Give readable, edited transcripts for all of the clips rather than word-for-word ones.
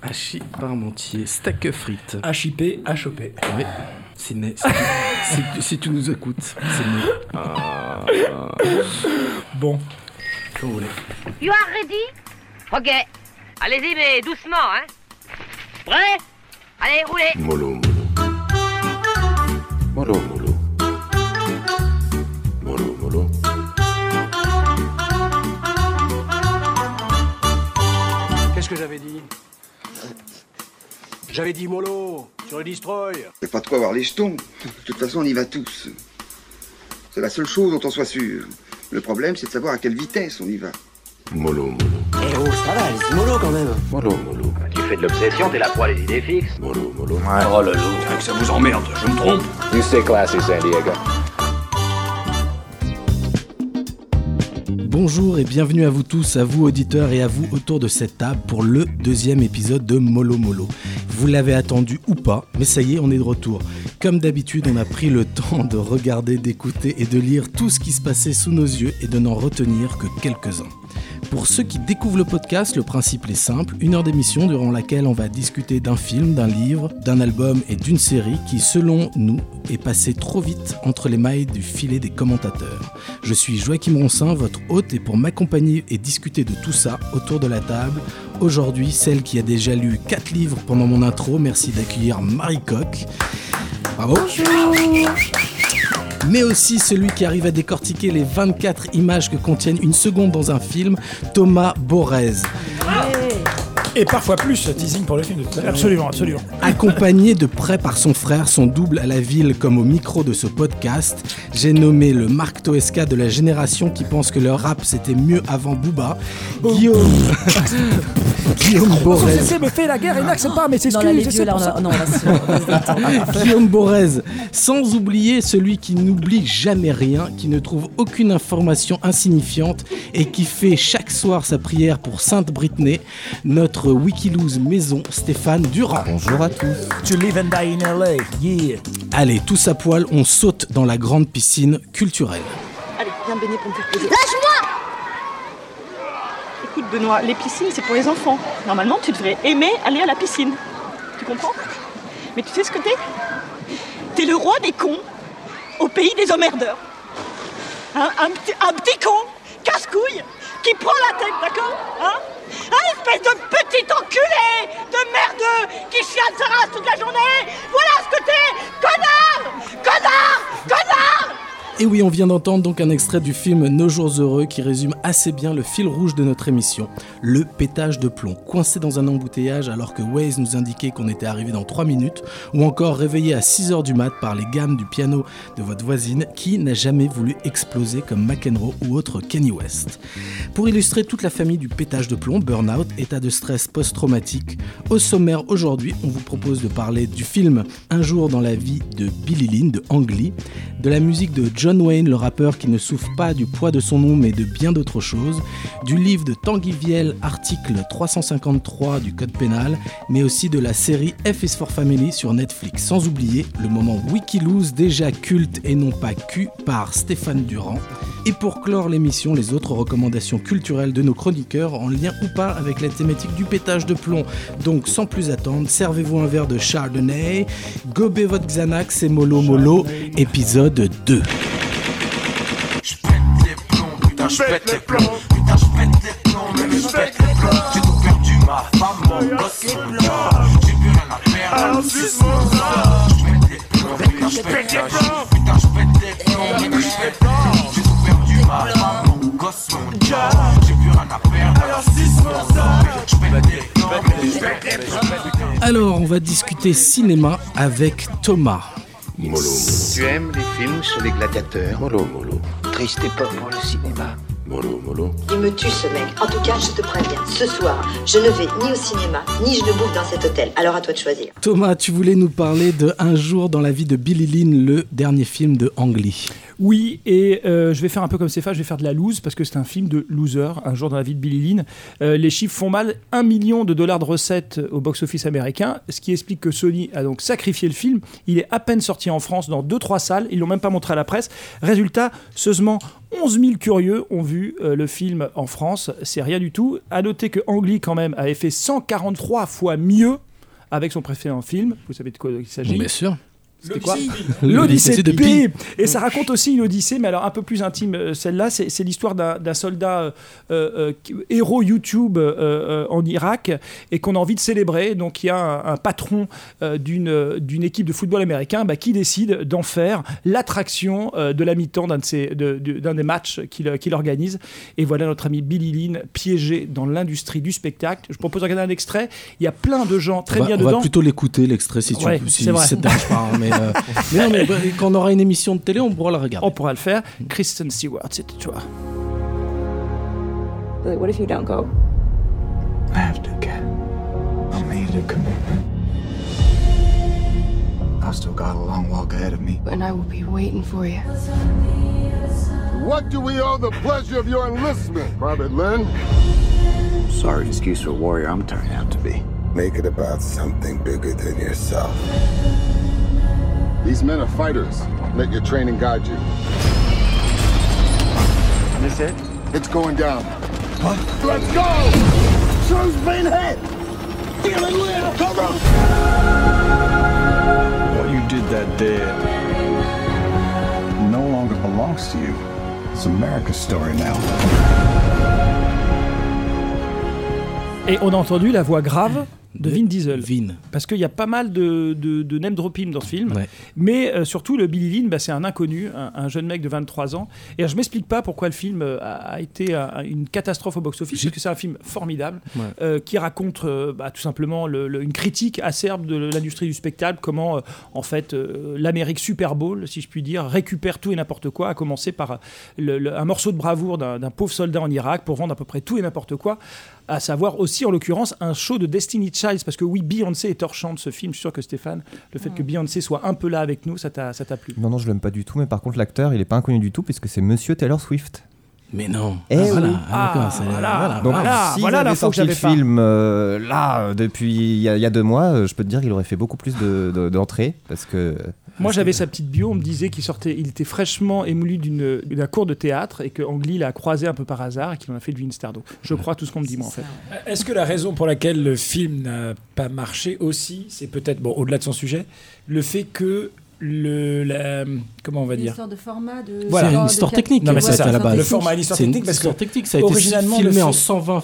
Hachis Parmentier, steak frites. HIP, HOP. Oui, c'est né. Si tu nous écoutes, c'est né. Bon. Comme vous voulez. You are ready? Ok. Allez-y, mais doucement, hein. Prêt? Allez, roulez. Mollo, mollo. Mollo, mollo. Mollo, mollo. Qu'est-ce que j'avais dit? J'avais dit mollo sur le destroy. C'est pas de quoi avoir les jetons. De toute façon, on y va tous. C'est la seule chose dont on soit sûr. Le problème, c'est de savoir à quelle vitesse on y va. Mollo, mollo. Eh oh, ça va, c'est mollo quand même. Mollo, mollo. Tu fais de l'obsession, t'es la proie des idées fixes. Mollo, mollo. Oh le loup. Que ça vous emmerde, je me trompe. You stay classy, San Diego. Bonjour et bienvenue à vous tous, à vous auditeurs et à vous autour de cette table pour le deuxième épisode de Mollo Mollo. Vous l'avez attendu ou pas, mais ça y est, on est de retour. Comme d'habitude, on a pris le temps de regarder, d'écouter et de lire tout ce qui se passait sous nos yeux et de n'en retenir que quelques-uns. Pour ceux qui découvrent le podcast, le principe est simple, 1 heure d'émission durant laquelle on va discuter d'un film, d'un livre, d'un album et d'une série qui, selon nous, est passé trop vite entre les mailles du filet des commentateurs. Je suis Joachim Ronsin, votre hôte, et pour m'accompagner et discuter de tout ça autour de la table, aujourd'hui, celle qui a déjà lu 4 livres pendant mon intro, merci d'accueillir Marie Coq. Bravo. Bonjour. Mais aussi celui qui arrive à décortiquer les 24 images que contiennent une seconde dans un film, Thomas Borez. Et parfois plus, teasing pour le film. Absolument, absolument. Accompagné de près par son frère, son double à la ville comme au micro de ce podcast, j'ai nommé le Marc Toesca de la génération qui pense que le rap c'était mieux avant Booba, Guillaume Borez. Vous me fait la guerre et n'accepte pas, mais c'est ce que Guillaume Borez, sans oublier celui qui n'oublie jamais rien, qui ne trouve aucune information insignifiante et qui fait chaque soir sa prière pour Sainte Britney, notre Wikiloose maison, Stéphane Durand. Bonjour à tous. To live and die in LA, yeah. Allez, tous à poil, on saute dans la grande piscine culturelle. Allez, viens me baigner pour me faire plaisir. Lâche-moi! Écoute Benoît, les piscines c'est pour les enfants. Normalement tu devrais aimer aller à la piscine. Tu comprends? Mais tu sais ce que t'es? T'es le roi des cons au pays des emmerdeurs. Un petit con, casse-couille, qui prend la tête, d'accord? Hein? Un espèce de petit enculé de merdeux qui chiale sa race toute la journée. Voilà ce que t'es! Connard! Connard! Connard! Et oui, on vient d'entendre donc un extrait du film Nos jours heureux qui résume assez bien le fil rouge de notre émission, le pétage de plomb, coincé dans un embouteillage alors que Waze nous indiquait qu'on était arrivé dans 3 minutes, ou encore réveillé à 6h du mat par les gammes du piano de votre voisine qui n'a jamais voulu exploser comme McEnroe ou autre Kanye West. Pour illustrer toute la famille du pétage de plomb, burn-out, état de stress post-traumatique, au sommaire aujourd'hui, on vous propose de parler du film Un jour dans la vie de Billie Lynn de Ang Lee, de la musique de John Wayne, le rappeur qui ne souffre pas du poids de son nom mais de bien d'autres choses, du livre de Tanguy Viel, article 353 du Code pénal, mais aussi de la série F is for Family sur Netflix, sans oublier le moment Wikiloose déjà culte et non pas cul par Stéphane Durand. Et pour clore l'émission, les autres recommandations culturelles de nos chroniqueurs en lien ou pas avec la thématique du pétage de plomb. Donc sans plus attendre, servez-vous un verre de Chardonnay, gobez votre Xanax et Mollo Mollo, épisode 2. Je pète les plombs, putain je pète les plombs, mais je pète les plombs. J'ai tout perdu, ma femme, mon gosse, mon gars. J'ai plus rien à perdre, alors suce mon sang. Je pète les plombs, putain je pète les plombs. Putain je pète les plombs, mais je pète les plombs. J'ai tout perdu, ma femme, mon gosse, mon gars. J'ai plus rien à perdre, alors suce mon sang. Je pète les plombs, je pète les plombs. Alors on va discuter cinéma avec Thomas. Mollo, mollo. Tu aimes les films sur les gladiateurs? Mollo, mollo. Triste époque pour le cinéma. Mollo, mollo. Il me tue ce mec. En tout cas, je te préviens. Ce soir, je ne vais ni au cinéma, ni je ne bouffe dans cet hôtel. Alors à toi de choisir. Thomas, tu voulais nous parler de Un jour dans la vie de Billie Lynn, le dernier film de Ang Lee. Oui, et je vais faire un peu comme Stéphane, je vais faire de la loose parce que c'est un film de loser, Un jour dans la vie de Billie Lynn. Les chiffres font mal, $1 million de recettes au box-office américain, ce qui explique que Sony a donc sacrifié le film. Il est à peine sorti en France dans 2-3 salles, ils l'ont même pas montré à la presse. Résultat, seulement 11 000 curieux ont vu le film en France, c'est rien du tout. À noter que Ang Lee quand même avait fait 143 fois mieux avec son précédent film. Vous savez de quoi il s'agit ? Bien sûr. C'était quoi ? L'Odyssée de Pi. Et ça raconte aussi une Odyssée, mais alors un peu plus intime. Celle-là, c'est l'histoire d'un soldat héros YouTube en Irak et qu'on a envie de célébrer. Donc il y a un patron d'une équipe de football américain qui décide d'en faire l'attraction de la mi-temps d'un des matchs qu'il organise. Et voilà notre ami Billy Lynn piégé dans l'industrie du spectacle. Je propose de regarder un extrait. Il y a plein de gens très bien dedans. On va plutôt l'écouter, l'extrait, si ça te dérange pas. Mais quand on aura une émission de télé, on pourra la regarder. On pourra le faire. Kristen Stewart, c'est toi. What if you don't go? I have to, Kat. I made a commitment. I've still got a long walk ahead of me. And I will be waiting for you. What do we owe the pleasure of your enlistment, Private Lynn? Sorry, excuse for a warrior I'm turning out to be. Make it about something bigger than yourself. These men are fighters. Let your training guide you. This it? It's going down. What? Let's go! Show's been hit! Feeling little! Come on! What you did that day no longer belongs to you. It's America's story now. Et on a entendu la voix grave de Vin Diesel. Vin. Parce qu'il y a pas mal de name dropping dans ce film. Ouais. Mais surtout, le Billy Lynn, c'est un inconnu, un jeune mec de 23 ans. Et alors, je ne m'explique pas pourquoi le film a été une catastrophe au box-office, parce que c'est un film formidable, qui raconte tout simplement une critique acerbe de l'industrie du spectacle, comment, en fait, l'Amérique Super Bowl, si je puis dire, récupère tout et n'importe quoi, à commencer par un morceau de bravoure d'un pauvre soldat en Irak pour vendre à peu près tout et n'importe quoi, à savoir aussi, en l'occurrence, un show de Destiny Child, parce que oui, Beyoncé est torchante ce film. Je suis sûr que Stéphane, le fait que Beyoncé soit un peu là avec nous, ça t'a plu? Non, je l'aime pas du tout, mais par contre, l'acteur, il est pas inconnu du tout, puisque c'est Monsieur Taylor Swift. Mais non. S'il avait sorti le film depuis il y a 2 mois, je peux te dire qu'il aurait fait beaucoup plus d'entrées, parce que... Moi, j'avais sa petite bio, on me disait il était fraîchement émolu d'un cours de théâtre et que Ang Lee l'a croisé un peu par hasard et qu'il en a fait lui une star. Donc, je crois tout ce qu'on me dit, moi, en fait. Est-ce que la raison pour laquelle le film n'a pas marché aussi, c'est peut-être, au-delà de son sujet, le fait que comment on va dire, l'histoire de format de voilà, une histoire technique. Non, mais c'est ça, à la base. le format et l'histoire technique, parce que technique, ça a été filmé en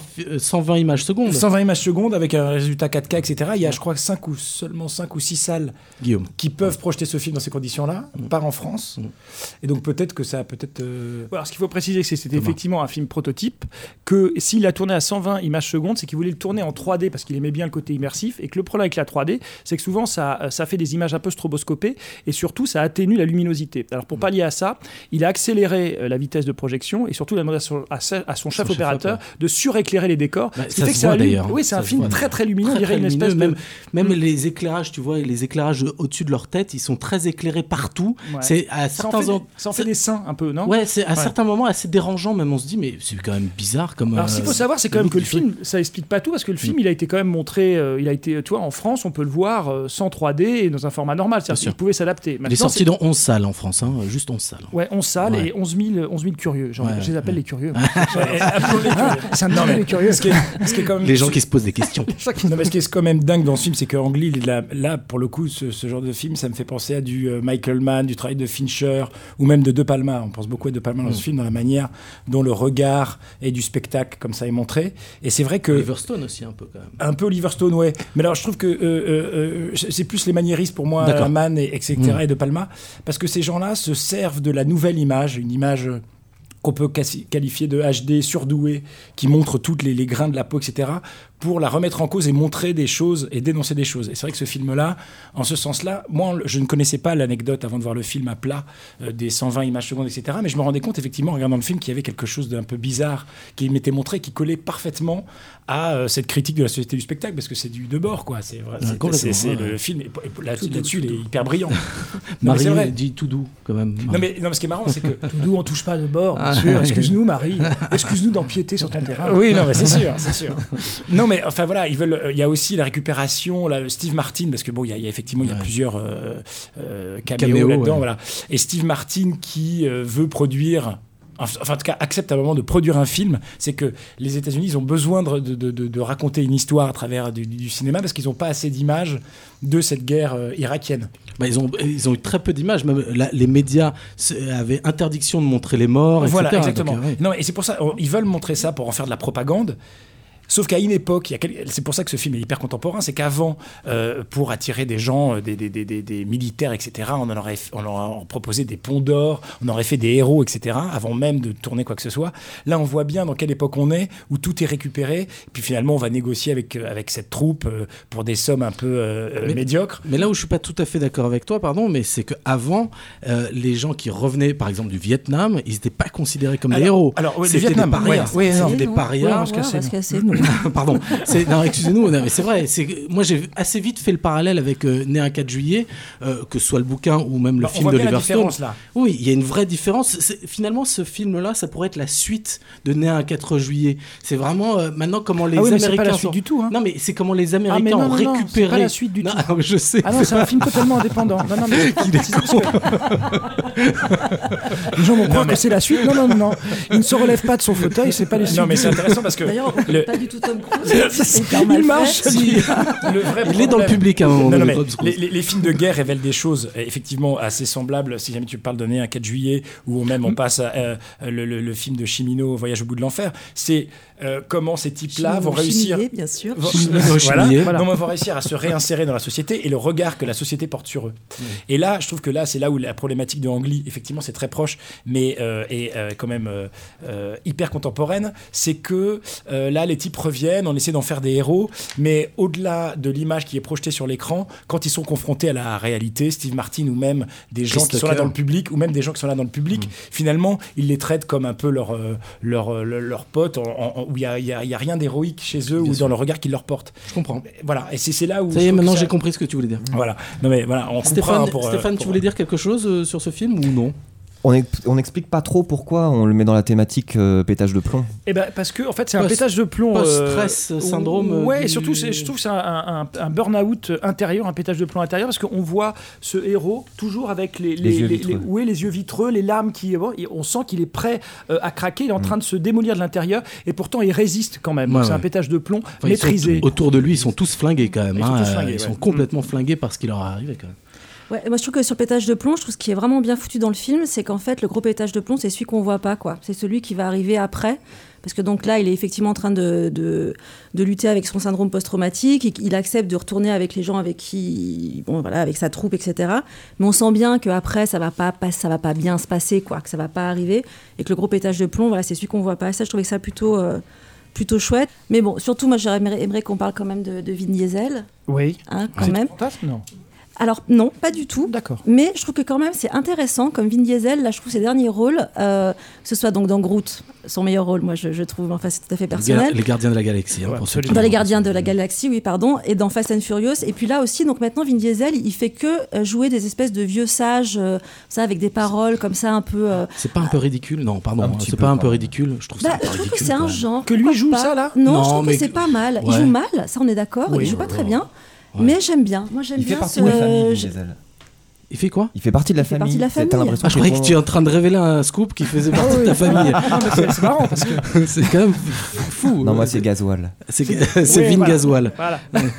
120 images secondes. 120 images secondes avec un résultat 4K, etc. Il y a, je crois, seulement 5 ou 6 salles qui peuvent projeter ce film dans ces conditions-là, par en France. Et donc peut-être que ça a Alors, ce qu'il faut préciser, c'est que c'était effectivement un film prototype, que s'il a tourné à 120 images secondes, c'est qu'il voulait le tourner en 3D parce qu'il aimait bien le côté immersif, et que le problème avec la 3D, c'est que souvent ça fait des images un peu stroboscopées, et surtout ça atténue la luminosité. Alors pour pallier à ça, il a accéléré la vitesse de projection, et surtout il a demandé à son chef opérateur de suréclairer les décors. Ce qui fait que ça d'ailleurs. Oui, c'est un film très très lumineux, on dirait une espèce de... Même les éclairages, tu vois, les éclairages au-dessus de leur tête, ils sont très éclairés partout. Ouais. C'est à certains ça en fait des seins un peu, non? Ouais, c'est à certains moments assez dérangeant, même on se dit mais c'est quand même bizarre comme. Alors ce qu'il faut savoir, c'est quand même que le film, ça explique pas tout, parce que le film, il a été quand même montré, tu vois, en France, on peut le voir sans 3D et dans un format normal, c'est-à-dire qu'il pouvait s'adapter. Il est sorti dans 11 salles en France, juste 11 salles. Ouais, 11 salles et 11 000 curieux. Je les appelle les curieux. C'est un nom, les curieux. Ce qui est quand même... Les gens qui se posent des questions. Non, mais ce qui est quand même dingue dans ce film, c'est que Ang Lee, là, pour le coup, ce genre de film, ça me fait penser à du Michael Mann, du travail de Fincher, ou même de De Palma. On pense beaucoup à De Palma dans ce film, dans la manière dont le regard et du spectacle, comme ça, est montré. Et c'est vrai que... Oliver Stone aussi, un peu, quand même. Un peu Oliver Stone, ouais. Mais alors, je trouve que c'est plus les maniéristes, pour moi, Mann, etc., et De Palma, parce que ces gens-là se servent de la nouvelle image, une image qu'on peut qualifier de HD surdouée, qui montre toutes les grains de la peau, etc., pour la remettre en cause et montrer des choses et dénoncer des choses. Et c'est vrai que ce film-là, en ce sens-là, moi, je ne connaissais pas l'anecdote avant de voir le film à plat, des 120 images secondes, etc., mais je me rendais compte, effectivement, en regardant le film, qu'il y avait quelque chose d'un peu bizarre qui m'était montré, qui collait parfaitement à cette critique de la société du spectacle, parce que c'est du debord, quoi. C'est vrai, le film, là-dessus, il est hyper brillant. Non, Marie, c'est vrai. Dit tout doux, quand même. Non, mais ce qui est marrant, c'est que... Tout doux, on touche pas de bord, bien sûr. Excuse-nous, Marie. Excuse-nous d'empiéter sur ton terrain. Oui, non, mais c'est sûr. Non, mais enfin voilà, il y a aussi la récupération, Steve Martin, parce que bon, il y a effectivement plusieurs caméos là-dedans, voilà. Et Steve Martin qui veut produire enfin en tout cas acceptent à un moment de produire un film, c'est que les États-Unis ils ont besoin de raconter une histoire à travers du cinéma parce qu'ils n'ont pas assez d'images de cette guerre irakienne. Ils ont eu très peu d'images, même les médias avaient interdiction de montrer les morts, etc. Voilà, exactement. Donc, Non, et c'est pour ça, ils veulent montrer ça pour en faire de la propagande. Sauf qu'à une époque, c'est pour ça que ce film est hyper contemporain, c'est qu'avant, pour attirer des gens, des militaires, etc., on leur a proposé des ponts d'or, on aurait fait des héros, etc., avant même de tourner quoi que ce soit. Là, on voit bien dans quelle époque on est, où tout est récupéré, et puis finalement, on va négocier avec cette troupe pour des sommes un peu médiocres. Mais là où je suis pas tout à fait d'accord avec toi, mais c'est qu'avant, les gens qui revenaient, par exemple, du Vietnam, ils n'étaient pas considérés comme des héros. Alors, c'était Vietnam, des parias. C'était des parias. Pardon. Non, excusez-nous, mais c'est vrai. Moi, j'ai assez vite fait le parallèle avec Né un 4 juillet, que ce soit le bouquin ou même le film d'Oliver Stone. Là. Oui, il y a une vraie différence. Finalement, ce film-là, ça pourrait être la suite de Né un 4 juillet. C'est vraiment maintenant comment les Américains. C'est pas la suite du tout. Non, mais c'est comment les Américains ont récupéré. C'est pas la suite du tout. Je sais. Ah non, c'est un film totalement indépendant. Non, mais il est con. Les gens vont croire que c'est la suite. Non. Il ne se relève pas de son fauteuil. C'est pas les suites. Non, mais c'est intéressant parce que. D'ailleurs, pas du tout Tom Cruise. Il marche. Il est dans le public à un moment donné. Les films de guerre révèlent des choses effectivement assez semblables. Si jamais tu parles de Né un 4 juillet, ou même on passe à le film de Cimino, Voyage au bout de l'enfer, c'est comment ces types-là vont réussir. Bien sûr. Vont réussir à se réinsérer dans la société et le regard que la société porte sur eux. Et là, je trouve que c'est là où la problématique de Ang Lee, effectivement, c'est très proche, mais est quand même hyper contemporaine. C'est que là, les types reviennent, on essaie d'en faire des héros, mais au-delà de l'image qui est projetée sur l'écran, quand ils sont confrontés à la réalité, Steve Martin ou même des gens qui sont là dans le public, finalement, ils les traitent comme un peu leurs potes, où il y a rien d'héroïque chez eux ou dans le regard qu'ils leur portent. Je comprends. Voilà, et c'est là où. Ça y est, maintenant j'ai compris ce que tu voulais dire. Voilà. Non mais voilà, on Stéphane, tu voulais dire quelque chose sur ce film ou non? On n'explique pas trop pourquoi on le met dans la thématique pétage de plomb. Eh ben parce que en fait c'est un pétage de plomb. Stress, syndrome. Ouais, et surtout je trouve que c'est un burn-out intérieur, un pétage de plomb intérieur, parce qu'on voit ce héros toujours avec les yeux vitreux, les larmes qui. On sent qu'il est prêt à craquer, il est en train de se démolir de l'intérieur, et pourtant il résiste quand même. Donc c'est un pétage de plomb maîtrisé. Autour de lui, ils sont tous flingués quand même. Ils sont complètement flingués par ce qui leur est arrivé quand même. Ouais, moi je trouve que sur le pétage de plomb, je trouve ce qui est vraiment bien foutu dans le film, c'est qu'en fait le gros pétage de plomb, c'est celui qu'on voit pas, quoi. C'est celui qui va arriver après, parce que donc là il est effectivement en train de lutter avec son syndrome post-traumatique, il accepte de retourner avec les gens avec qui, avec sa troupe, etc. Mais on sent bien qu'après ça va pas bien se passer, quoi, que ça va pas arriver, et que le gros pétage de plomb, c'est celui qu'on voit pas. Et ça, je trouvais que ça plutôt chouette. Mais bon, surtout moi j'aimerais qu'on parle quand même de Vin Diesel. Oui. Quand même. Fantasme, non. Alors non, pas du tout. D'accord. Mais je trouve que quand même c'est intéressant comme Vin Diesel. Là, je trouve ses derniers rôles, que ce soit donc dans Groot, son meilleur rôle, moi je trouve. Enfin, c'est tout à fait personnel. Les Gardiens de la Galaxie. Dans les Gardiens de la Galaxie, oui, pardon. Et dans Fast and Furious. Et puis là aussi, donc maintenant Vin Diesel, il fait que jouer des espèces de vieux sages, ça avec des paroles comme ça un peu. C'est pas un peu ridicule? Non, pardon. C'est pas un peu ridicule. Je trouve ça je trouve que c'est un genre. Que lui joue ça là? Non, je trouve que c'est pas mal. Il joue mal, ça on est d'accord. Il joue pas très bien. Ouais. Mais j'aime bien. Moi, j'aime bien. Il fait partie de la famille, Diesel. Il fait quoi? Il fait partie de la famille. Je croyais que tu es en train de révéler un scoop qui faisait partie de ta famille. Non, mais c'est marrant parce que c'est quand même fou. Non, moi c'est Gasoil. C'est Vin Gasoil. Voilà.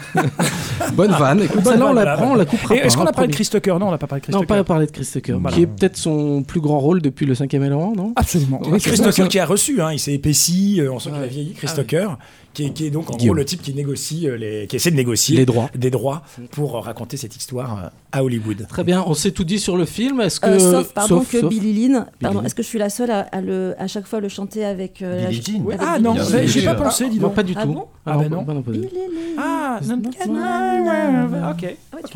Bonne vanne. Écoute, celle-là on la prend, on la coupera. Est-ce qu'on a parlé de Chris Tucker? Non, on n'a pas parlé de Chris Tucker. Non, pas parlé de Chris Tucker, qui est peut-être son plus grand rôle depuis le 5e élément, non? Absolument. Chris Tucker qui a reçu, il s'est épaissi, on sent qu'il a vieilli. Chris Tucker. Qui est donc en gros le type qui négocie qui essaie de négocier des droits pour raconter cette histoire à Hollywood. Très bien, on s'est tout dit sur le film. Est-ce que sauf Billie Lynn, est-ce que je suis la seule à chaque fois le chanter avec Billie Jean? Ah non, j'ai pas pensé, dis donc. Non, pas du tout. Ah ben non. Ok.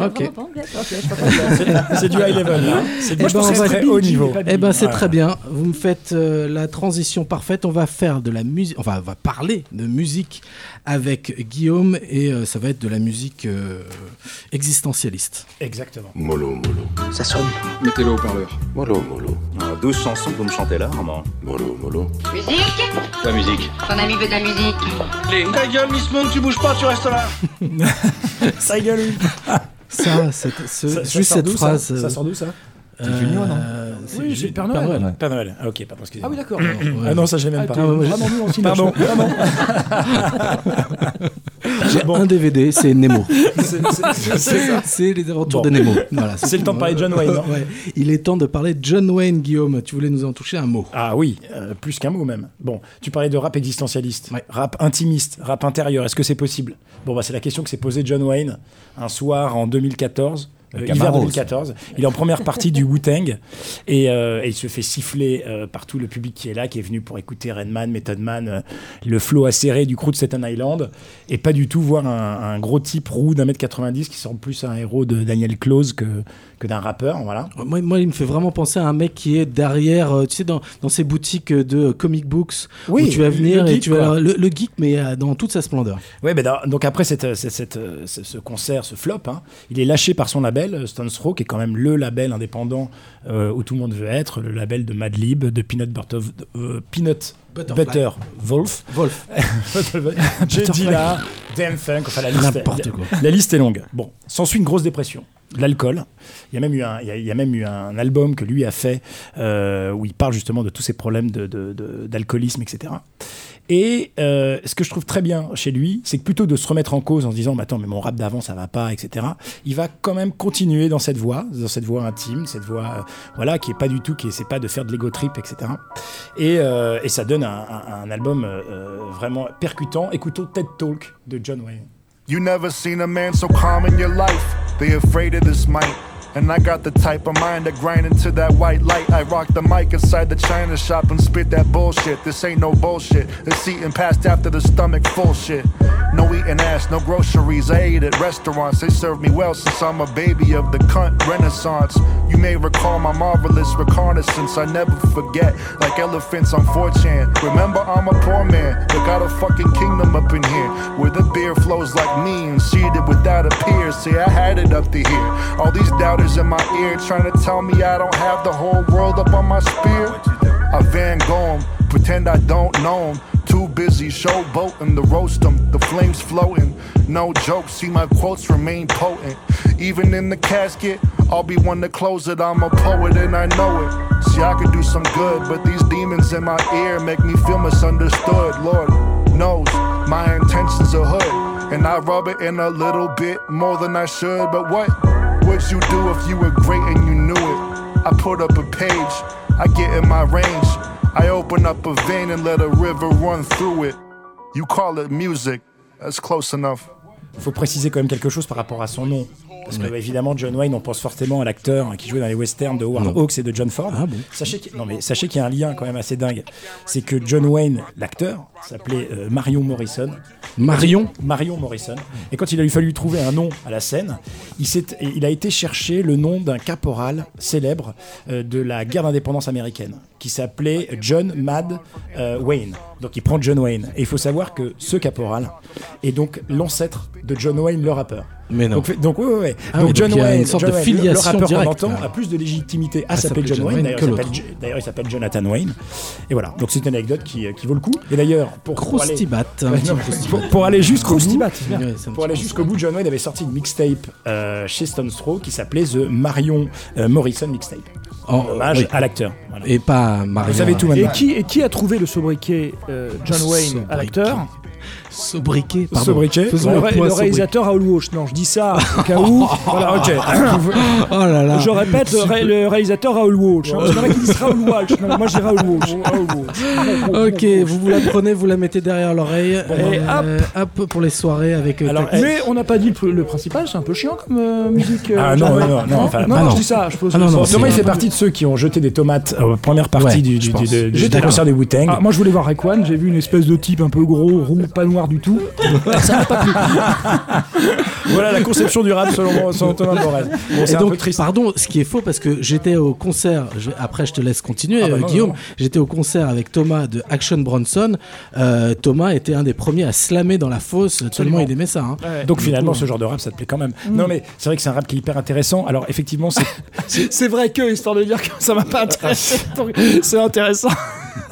C'est du high level. Moi je pense que c'est très haut niveau. Eh ben c'est très bien. Vous me faites la transition parfaite. On va faire de la musique. Enfin, on va parler de musique avec Guillaume et ça va être de la musique existentialiste. Exactement. Mollo, mollo. Ça sonne. Mettez-le au parleur. Mollo, mollo. 12 chansons que vous me chantez là, Armand. Mollo, mollo. Musique? La musique. Ton ami veut de la musique. Ta gueule, Miss Monde, tu bouges pas, tu restes là. Ça gueule. Ça, juste cette phrase. Ça sort d'où ça? C'est Junio, non Oui, c'est le Père Noël. Ouais. Père Noël. Ah, ok, pardon, excusez-moi. Ah oui, d'accord. Ah non, ça, je l'aime même pas. Vraiment nul en cinéma. Pardon. J'ai un DVD, c'est Nemo. C'est ça. C'est les aventures de Nemo. Voilà, c'est le temps de parler de John Wayne, non? Ouais. Il est temps de parler de John Wayne, Guillaume. Tu voulais nous en toucher un mot. Ah oui, plus qu'un mot même. Bon, tu parlais de rap existentialiste, rap intimiste, rap intérieur. Est-ce que c'est possible? Bon, bah, c'est la question que s'est posée John Wayne un soir en 2014. Hiver 2014, il est en première partie du Wu-Tang et il se fait siffler par tout le public qui est là, qui est venu pour écouter Redman, Method Man, le flow acéré du crew de Staten Island, et pas du tout voir un gros type roux d'1m90 qui semble plus un héros de Daniel Close que d'un rappeur, voilà. Moi, il me fait vraiment penser à un mec qui est derrière, tu sais, dans ces boutiques de comic books, où tu vas venir et tu vas le geek, mais dans toute sa splendeur. Ouais, donc après ce concert, ce flop, hein, il est lâché par son label, Stones Throw, qui est quand même le label indépendant où tout le monde veut être, le label de Madlib, de Peanut Butter Wolf. J'ai dit là, Damn Funk, enfin la liste est longue. Bon, s'ensuit une grosse dépression, de l'alcool. Il y a même eu un album que lui a fait où il parle justement de tous ces problèmes d'alcoolisme, etc. Et ce que je trouve très bien chez lui, c'est que plutôt de se remettre en cause en se disant mais attends, mais mon rap d'avant ça va pas, etc., il va quand même continuer dans cette voie intime, cette voie voilà, qui est pas du tout, qui essaie pas de faire de l'ego trip, etc. Et ça donne un album vraiment percutant. Écoutons TED Talk de John Wayne. You never seen a man so calm in your life. They afraid of this mic. And I got the type of mind that grind into that white light. I rock the mic inside the china shop and spit that bullshit. This ain't no bullshit. It's eating past after the stomach full shit. No eating ass, no groceries. I ate at restaurants. They served me well since I'm a baby of the cunt renaissance. You may recall my marvelous reconnaissance. I never forget, like elephants on 4chan. Remember, I'm a poor man, but got a fucking kingdom up in here, where the beer flows like me and seated without a peer. See, I had it up to here. All these doubters in my ear trying to tell me I don't have the whole world up on my spear. I Van Gogh 'em, pretend I don't know 'em. Too busy showboating to roast 'em, the flames floating. No joke, see my quotes remain potent. Even in the casket, I'll be one to close it. I'm a poet and I know it. See, I could do some good, but these demons in my ear make me feel misunderstood. Lord knows my intentions are hood, and I rub it in a little bit more than I should. But what would you do if you were great and you knew it? I put up a page, I get in my range, I open up a vein and let a river run through it. You call it music, that's close enough. Il faut préciser quand même quelque chose par rapport à son nom. Parce que, évidemment, John Wayne, on pense forcément à l'acteur qui jouait dans les westerns de Howard Hawks et de John Ford. Ah bon. Sachez qu'il y a un lien quand même assez dingue. C'est que John Wayne, l'acteur, s'appelait Marion Morrison. Marion Morrison. Et quand il a lui fallu trouver un nom à la scène, il a été chercher le nom d'un caporal célèbre de la guerre d'indépendance américaine, qui s'appelait John Mad Wayne. Donc il prend John Wayne. Et il faut savoir que ce caporal est donc l'ancêtre de John Wayne, le rappeur. Mais non. Donc ouais. Ah donc oui, John donc Wayne, une sorte de filiation le rappeur directe, qu'on entend, a plus de légitimité à s'appeler John Wayne. D'ailleurs, il s'appelle Jonathan Wayne. Et voilà. Donc c'est une anecdote qui vaut le coup. Et d'ailleurs, pour aller jusqu'au bout, John Wayne avait sorti une mixtape chez Stones Throw qui s'appelait The Marion Morrison Mixtape. En hommage à l'acteur. Voilà. Et pas Marion. Vous savez tout maintenant. Et qui a trouvé le sobriquet John Wayne à l'acteur? Sobriquet, pardon. Sobriquet. Le réalisateur Raoul Walsh. Non, je dis ça au cas où. Voilà, ok. Oh là là. Je répète, le réalisateur Raoul Walsh. Parce qu'il y en a qui disent Raoul Walsh. Non, moi je dis Raoul Walsh. Ok, vous la prenez, vous la mettez derrière l'oreille. Et hop pour les soirées avec. Mais on n'a pas dit le principal, c'est un peu chiant comme musique. Non, je dis ça. Thomas, il fait partie de ceux qui ont jeté des tomates en première partie du concert des Wu-Tang. Moi, je voulais voir Raekwon. J'ai vu une espèce de type un peu gros, roux, pas noir du tout. Ça m'a pas plu. Voilà la conception du rap selon Thomas Borel. Bon, c'est donc, un peu triste. Pardon, ce qui est faux parce que j'étais au concert. Après, je te laisse continuer, Guillaume. Non. J'étais au concert avec Thomas de Action Bronson. Thomas était un des premiers à slammer dans la fosse tellement il aimait ça. Hein. Ouais. Donc finalement, ce genre de rap, ça te plaît quand même. Non, mais c'est vrai que c'est un rap qui est hyper intéressant. Alors effectivement, c'est vrai que, histoire de dire que ça m'a pas intéressé. C'est intéressant.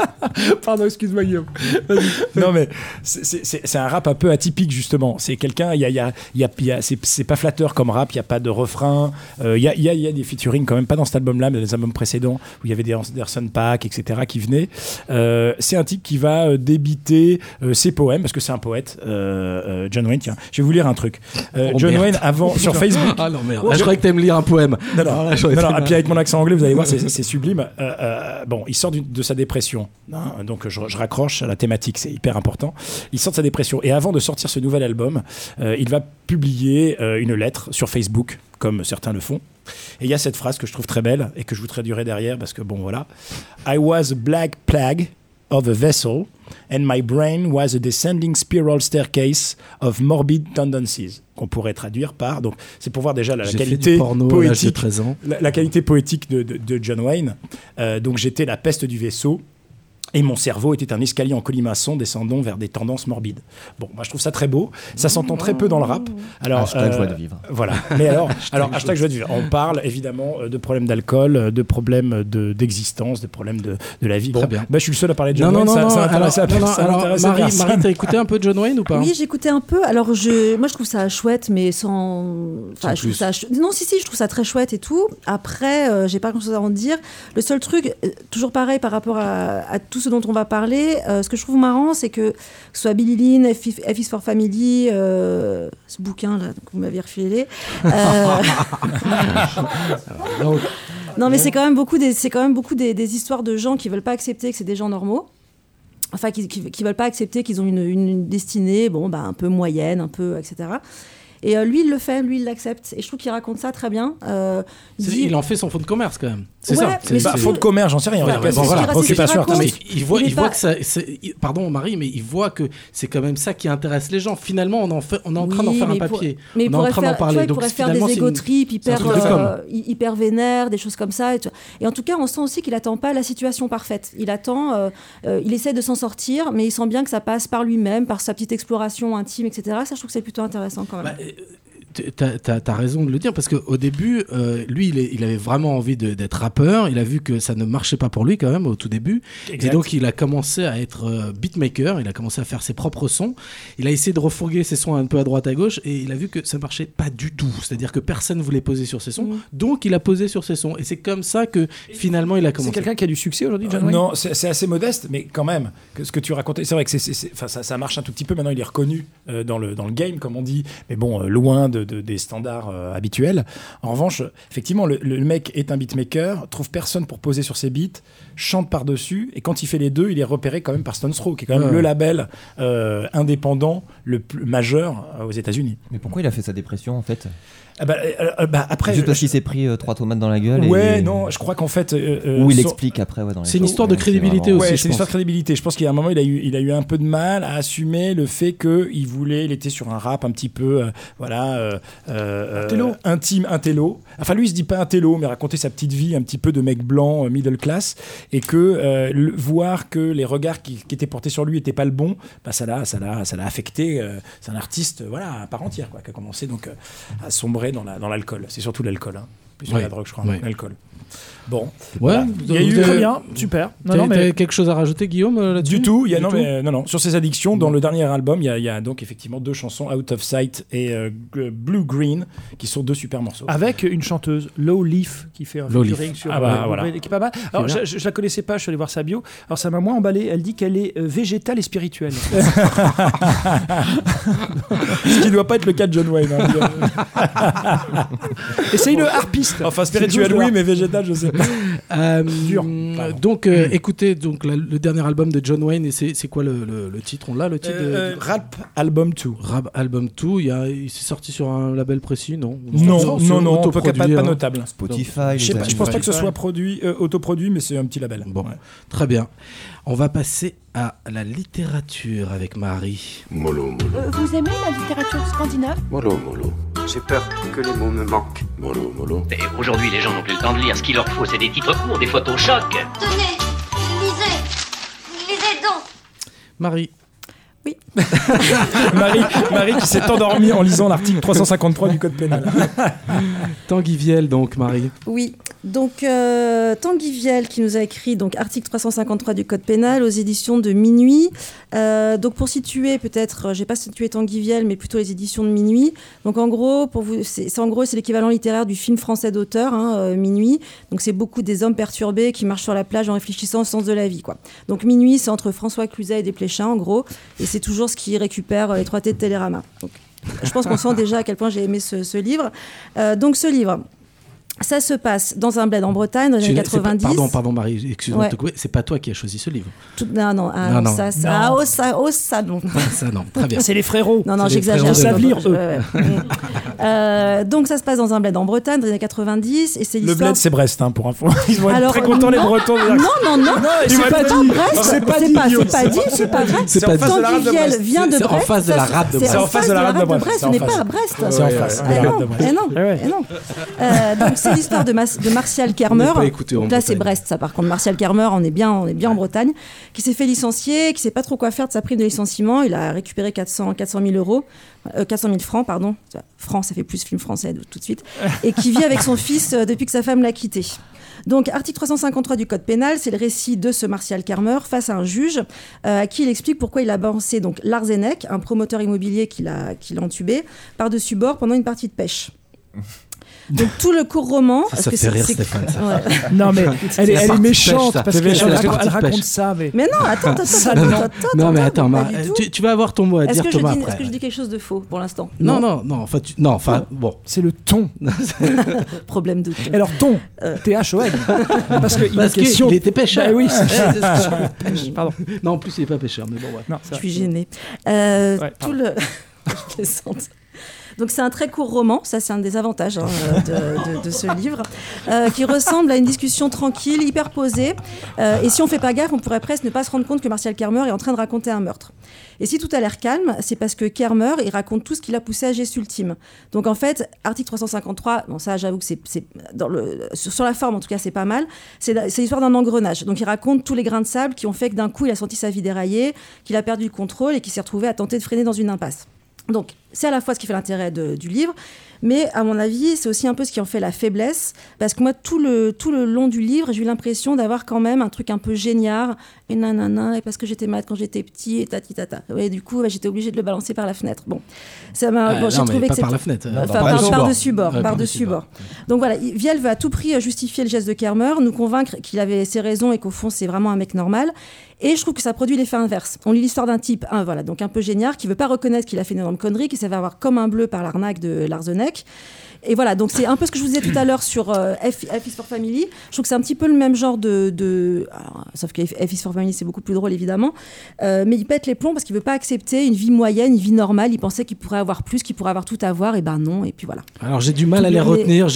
Pardon, excuse-moi Guillaume. Non mais c'est un rap un peu atypique justement. C'est quelqu'un, c'est pas flatteur comme rap. Il y a pas de refrain. Il y a des featuring quand même, pas dans cet album-là, mais dans les albums précédents où il y avait des Anderson .Paak, etc. qui venaient. C'est un type qui va débiter ses poèmes parce que c'est un poète. John Wayne, tiens, je vais vous lire un truc. John Wayne avant sur Facebook. Ah non merde. Je croyais que t'aimes lire un poème. Non. Et puis avec mon accent anglais, vous allez voir, c'est sublime. Bon, il sort de sa dépression. Donc je raccroche à la thématique, c'est hyper important. Il sort de sa dépression et avant de sortir ce nouvel album, il va publier une lettre sur Facebook, comme certains le font. Et il y a cette phrase que je trouve très belle et que je vous traduirai derrière parce que bon voilà. I was a black plague of a vessel and my brain was a descending spiral staircase of morbid tendencies. Qu'on pourrait traduire par, donc c'est pour voir déjà la qualité poétique, la qualité poétique de John Wayne. Donc j'étais la peste du vaisseau. Et mon cerveau était un escalier en colimaçon descendant vers des tendances morbides. Bon, moi je trouve ça très beau. Ça s'entend très peu dans le rap. Alors, hashtag joie de vivre. Voilà. Mais alors hashtag joie de vivre. On parle évidemment de problèmes d'alcool, de problèmes d'existence, de problèmes de la vie. Bon, très bien. Je suis le seul à parler de John Wayne. Marie, t'as écouté un peu de John Wayne ou pas? Oui, j'ai écouté un peu. Alors moi je trouve ça chouette, mais sans. Enfin, je trouve ça. Non, si, je trouve ça très chouette et tout. Après, j'ai pas grand-chose à en dire. Le seul truc, toujours pareil par rapport à tout ce dont on va parler, ce que je trouve marrant, c'est que ce soit Billie Lynn, F is for Family, ce bouquin là que vous m'avez refilé. Non, mais c'est quand même beaucoup des histoires de gens qui veulent pas accepter que c'est des gens normaux. Enfin, qui veulent pas accepter qu'ils ont une destinée, un peu moyenne, un peu, etc. Et lui, il le fait, lui, il l'accepte. Et je trouve qu'il raconte ça très bien. Il en fait son fonds de commerce, quand même. C'est ça. Fonds de commerce, j'en sais rien. Occupation. Il voit que ça... Pardon, Marie, mais il voit que c'est quand même ça qui intéresse les gens. Finalement, on est en train d'en faire un papier. Mais on est en train d'en parler. Il pourrait faire des égo-trips hyper vénères, des choses comme ça. Et en tout cas, on sent aussi qu'il n'attend pas la situation parfaite. Il attend... il essaie de s'en sortir, mais il sent bien que ça passe par lui-même, par sa petite exploration intime, etc. Ça, je trouve que c'est plutôt intéressant quand même. T'as raison de le dire parce qu'au début, lui, il avait vraiment envie d'être rappeur. Il a vu que ça ne marchait pas pour lui quand même au tout début. Exact. Et donc, il a commencé à être beatmaker. Il a commencé à faire ses propres sons. Il a essayé de refourguer ses sons un peu à droite à gauche et il a vu que ça ne marchait pas du tout. C'est-à-dire que personne ne voulait poser sur ses sons. Donc, il a posé sur ses sons. Et c'est comme ça que finalement, il a commencé. C'est quelqu'un qui a du succès aujourd'hui, John Wayne ? Non, c'est assez modeste, mais quand même, ce que tu racontais, c'est vrai que ça marche un tout petit peu. Maintenant, il est reconnu dans le game, comme on dit. Mais bon, loin des standards habituels. En revanche, effectivement, le mec est un beatmaker, trouve personne pour poser sur ses beats, chante par-dessus, et quand il fait les deux, il est repéré quand même par Stones Throw, qui est quand même le label indépendant le plus majeur aux États-Unis. Mais pourquoi il a fait sa dépression en fait ? Après, juste parce qu'il s'est pris 3 tomates dans la gueule. Ouais, non, je crois qu'en fait. Ou il explique après. Ouais, c'est une histoire de crédibilité aussi. Ouais, c'est une histoire de crédibilité. Je pense qu'il y a un moment, il a eu un peu de mal à assumer le fait il était sur un rap un petit peu, intime, intello. Enfin, lui, il se dit pas intello, mais raconter sa petite vie un petit peu de mec blanc, middle class, et que voir que les regards qui étaient portés sur lui étaient pas le bon, ça l'a affecté. C'est un artiste, à part entière, qui a commencé donc à sombrer dans l'alcool. C'est surtout l'alcool, plus que la drogue, je crois. L'alcool. Bon. Ouais. Il y a eu très bien, super. T'as quelque chose à rajouter, Guillaume, là-dessus ? Du tout. Non. Sur ses addictions, dans le dernier album, il y a donc effectivement 2 chansons, Out of Sight et Blue Green, qui sont 2 super morceaux. Avec une chanteuse, Low Leaf, qui fait un featuring sur qui est pas mal. Alors, je la connaissais pas, je suis allé voir sa bio. Alors, ça m'a moins emballé. Elle dit qu'elle est végétale et spirituelle. Ce qui ne doit pas être le cas de John Wayne. Et c'est une harpiste. Enfin, spirituelle, oui, mais végétale, je sais pas. Dur. Donc, écoutez, le dernier album de John Wayne, et c'est quoi le titre ? On l'a, le titre Rap Album 2. Rap Album 2, il s'est sorti sur un label précis, non ? Non, en tout cas pas notable. Spotify. Je pense pas que ce soit autoproduit, mais c'est un petit label. Bon, très bien. On va passer à la littérature avec Marie. Mollo, mollo. Vous aimez la littérature scandinave ? Mollo, mollo. J'ai peur que les mots me manquent. Mollo, mollo. Et aujourd'hui, les gens n'ont plus le temps de lire. Ce qu'il leur faut, c'est des titres courts, des photos chocs. Tenez, lisez donc. Marie. Oui. Marie qui s'est endormie en lisant l'article 353 du Code pénal. Tanguy Viel, donc, Marie. Oui. Donc, Tanguy Viel qui nous a écrit donc, article 353 du Code pénal aux éditions de Minuit. Donc, pour situer, peut-être, je n'ai pas situé Tanguy Viel, mais plutôt les éditions de Minuit. Donc, en gros, c'est l'équivalent littéraire du film français d'auteur, Minuit. Donc, c'est beaucoup des hommes perturbés qui marchent sur la plage en réfléchissant au sens de la vie, quoi. Donc, Minuit, c'est entre François Cluzet et Desplechin, en gros. Et c'est toujours ce qui récupère les 3T de Télérama. Donc, je pense qu'on sent déjà à quel point j'ai aimé ce livre. Donc, ce livre... Ça se passe dans un bled en Bretagne dans les années 90. Pardon Marie, excuse-moi de te couper. C'est pas toi qui as choisi ce livre. Non. Ça, non. Ça, non. Très bien. C'est les frérots. Non, j'exagère. Ils savent lire, eux. Donc, ça se passe dans un bled en Bretagne dans les années 90. Et c'est l'histoire... Le bled, c'est Brest, pour info. Ils vont être très contents, les Bretons. Non. C'est pas Brest. C'est pas dit. C'est pas vrai. Tanguy Viel vient de Brest. C'est en face de la rade de Brest. C'est en face de la rade de Brest. Ce n'est pas à Brest. C'est en face de la rade de Brest. Non. Donc, c'est l'histoire de Martial Kermer. Donc là, c'est Brest, ça. Par contre, Martial Kermer, on est bien en Bretagne, qui s'est fait licencier, qui sait pas trop quoi faire de sa prime de licenciement. Il a récupéré 400 000 francs, pardon. Francs, ça fait plus film français tout de suite. Et qui vit avec son fils depuis que sa femme l'a quitté. Donc, article 353 du Code pénal, c'est le récit de ce Martial Kermer face à un juge à qui il explique pourquoi il a balancé donc Larsenek, un promoteur immobilier qui l'a entubé, par-dessus bord pendant une partie de pêche. Donc tout le court roman... Ça fait rire Stéphane. Ouais. Non mais elle est méchante parce qu'elle raconte ça. Mais non, attends. Non mais attends, tu vas avoir ton mot à dire Thomas après. Est-ce que je dis quelque chose de faux pour l'instant? Non, bon. C'est le ton. Problème de ton. Alors ton, T-H-O-N. Parce qu'il était pêcheur. Oui. Pardon. Non, en plus il n'est pas pêcheur, mais bon ouais. Non, je suis gênée. Tout le... Je plaisante. Donc c'est un très court roman, ça c'est un des avantages de ce livre, qui ressemble à une discussion tranquille, hyper posée. Et si on fait pas gaffe, on pourrait presque ne pas se rendre compte que Martial Kermer est en train de raconter un meurtre. Et si tout a l'air calme, c'est parce que Kermer, il raconte tout ce qui l'a poussé à geste ultime. Donc en fait, article 353, bon ça j'avoue que c'est sur la forme en tout cas c'est pas mal, c'est l'histoire d'un engrenage. Donc il raconte tous les grains de sable qui ont fait que d'un coup il a senti sa vie dérailler, qu'il a perdu le contrôle et qu'il s'est retrouvé à tenter de freiner dans une impasse. Donc, c'est à la fois ce qui fait l'intérêt du livre, mais à mon avis, c'est aussi un peu ce qui en fait la faiblesse, parce que moi, tout le long du livre, j'ai eu l'impression d'avoir quand même un truc un peu géniard, et nanana, et parce que j'étais malade quand j'étais petit, et tati-tata. Ouais, du coup, j'étais obligée de le balancer par la fenêtre. Bon, ça m'a... j'ai trouvé que par la fenêtre. Par-dessus bord. Par-dessus bord. Donc voilà, Viel veut à tout prix justifier le geste de Kermer, nous convaincre qu'il avait ses raisons et qu'au fond, c'est vraiment un mec normal. Et je trouve que ça produit l'effet inverse. On lit l'histoire d'un type, donc un peu géniard, qui veut pas reconnaître qu'il a fait une énorme connerie, qui s'est fait avoir comme un bleu par l'arnaque de Larsenek. Et voilà, donc c'est un peu ce que je vous disais tout à l'heure sur F is for Family. Je trouve que c'est un petit peu le même genre alors, sauf que F is for Family, c'est beaucoup plus drôle, évidemment. Mais il pète les plombs parce qu'il veut pas accepter une vie moyenne, une vie normale. Il pensait qu'il pourrait avoir plus, qu'il pourrait avoir tout à avoir. Et ben non, et puis voilà. Alors j'ai du mal à les retenir.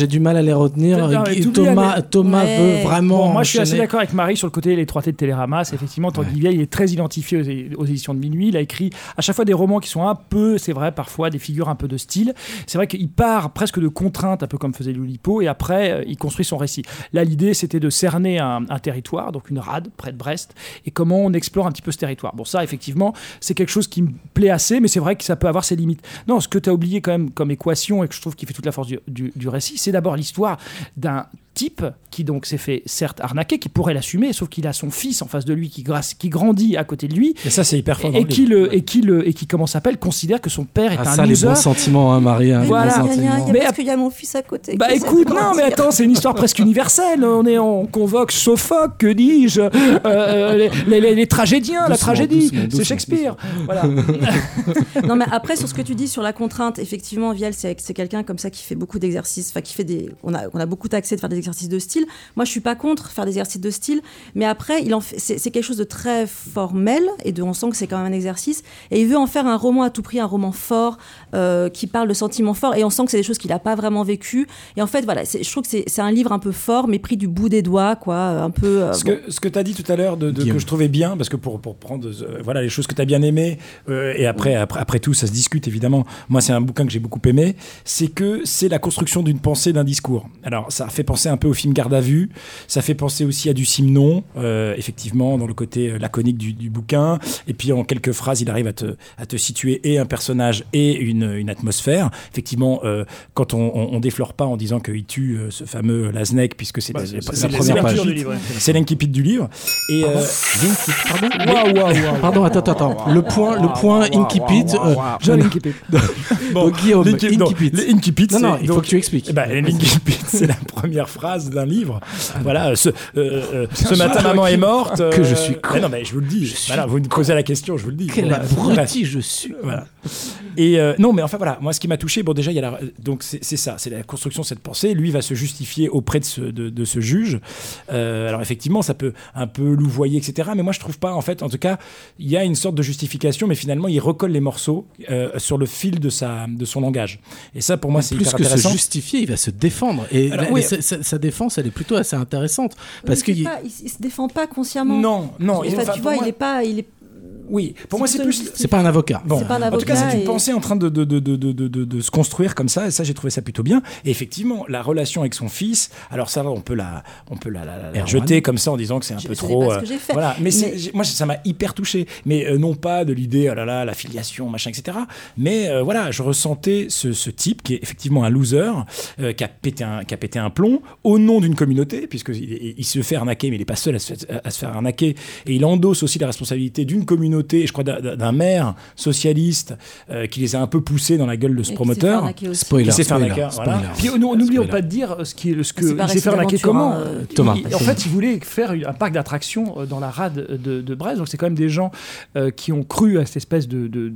Thomas veut vraiment... Bon, moi, je suis assez d'accord avec Marie sur le côté les 3T de Télérama. C'est effectivement, Tanguy Viel, il est très identifié aux éditions de Minuit. Il a écrit à chaque fois des romans qui sont un peu, c'est vrai, parfois des figures un peu de style. C'est vrai qu'il part presque de contrainte, un peu comme faisait Loulipo, et après il construit son récit. Là, l'idée c'était de cerner un territoire, donc une rade près de Brest, et comment on explore un petit peu ce territoire. Bon, ça effectivement c'est quelque chose qui me plaît assez, mais c'est vrai que ça peut avoir ses limites. Non, ce que tu as oublié quand même comme équation, et que je trouve qui fait toute la force du récit, c'est d'abord l'histoire d'un type qui donc s'est fait certes arnaquer, qui pourrait l'assumer, sauf qu'il a son fils en face de lui qui grandit à côté de lui, et ça c'est hyper fort, et qui comment s'appelle, considère que son père est un ça, loser. Les bons sentiments, hein, Marie. Voilà. Mais parce qu'il y a mon fils à côté. Bah écoute, non mais attends, c'est une histoire presque universelle. On convoque Sophocle, que dis-je, les tragédiens, doucement, la tragédie, c'est Shakespeare. Voilà. Non mais après sur ce que tu dis sur la contrainte, effectivement, Viel c'est quelqu'un comme ça qui fait beaucoup d'exercices, enfin qui fait on a beaucoup taxé de faire des exercices de style. Moi, je suis pas contre faire des exercices de style, mais après, c'est quelque chose de très formel et on sent que c'est quand même un exercice. Et il veut en faire un roman à tout prix, un roman fort qui parle de sentiments forts. Et on sent que c'est des choses qu'il a pas vraiment vécues. Et en fait, voilà, je trouve que c'est un livre un peu fort, mais pris du bout des doigts, quoi, un peu. Ce que tu as dit tout à l'heure, que je trouvais bien, parce que pour prendre voilà les choses que tu as bien aimées, et après tout, ça se discute évidemment. Moi, c'est un bouquin que j'ai beaucoup aimé. C'est que c'est la construction d'une pensée, d'un discours. Alors, ça fait penser un peu au film Garde à vue. Ça fait penser aussi à du Simenon, effectivement, dans le côté laconique du bouquin. Et puis en quelques phrases, il arrive à te situer et un personnage et une atmosphère. Effectivement, quand on déflore pas en disant qu'il tue ce fameux Lasnek, puisque c'est la première page. C'est l'incipit du livre. Et Pardon, attends. Le point incipit. John Incipit. Bon, Guillaume, Incipit. Non, il faut que tu expliques. L'Incipit, c'est la première phrase d'un livre. Voilà, ce matin, maman est morte. Que je suis con. Non, mais je vous le dis. Voilà, vous me posez la question, je vous le dis. Quel abruti je suis. Voilà. Et non, mais enfin voilà, moi ce qui m'a touché, bon déjà il y a donc c'est ça, c'est la construction de cette pensée. Lui va se justifier auprès de ce juge. Alors effectivement, ça peut un peu louvoyer, etc. Mais moi je trouve pas, en fait, en tout cas, il y a une sorte de justification, mais finalement il recolle les morceaux sur le fil de son langage. Et ça, pour moi, c'est hyper intéressant. Plus que se justifier, il va se défendre. Et alors, sa défense, elle est plutôt assez intéressante, parce que il se défend pas consciemment. Non. Tu vois, il est Oui, pour moi c'est plus. C'est pas un avocat. Bon. C'est pas un avocat. En tout cas, c'est une pensée en train de se construire comme ça, et ça j'ai trouvé ça plutôt bien. Et effectivement, la relation avec son fils, alors ça on peut la jeter comme ça en disant que c'est un peu trop. Pas ce que j'ai fait. Voilà, mais moi ça m'a hyper touché. Mais non pas de l'idée, la filiation, machin, etc. Mais voilà, je ressentais ce type qui est effectivement un loser, qui a pété un plomb au nom d'une communauté, puisqu'il se fait arnaquer, mais il n'est pas seul à se faire arnaquer, et il endosse aussi la responsabilité d'une communauté, je crois d'un maire socialiste qui les a un peu poussés dans la gueule de ce promoteur. Spoiler. Voilà. Puis n'oublions pas de dire ce qu'il s'est fait arnaquer comment. Thomas. En fait, il voulait faire un parc d'attractions dans la rade de Brest. Donc c'est quand même des gens qui ont cru à cette espèce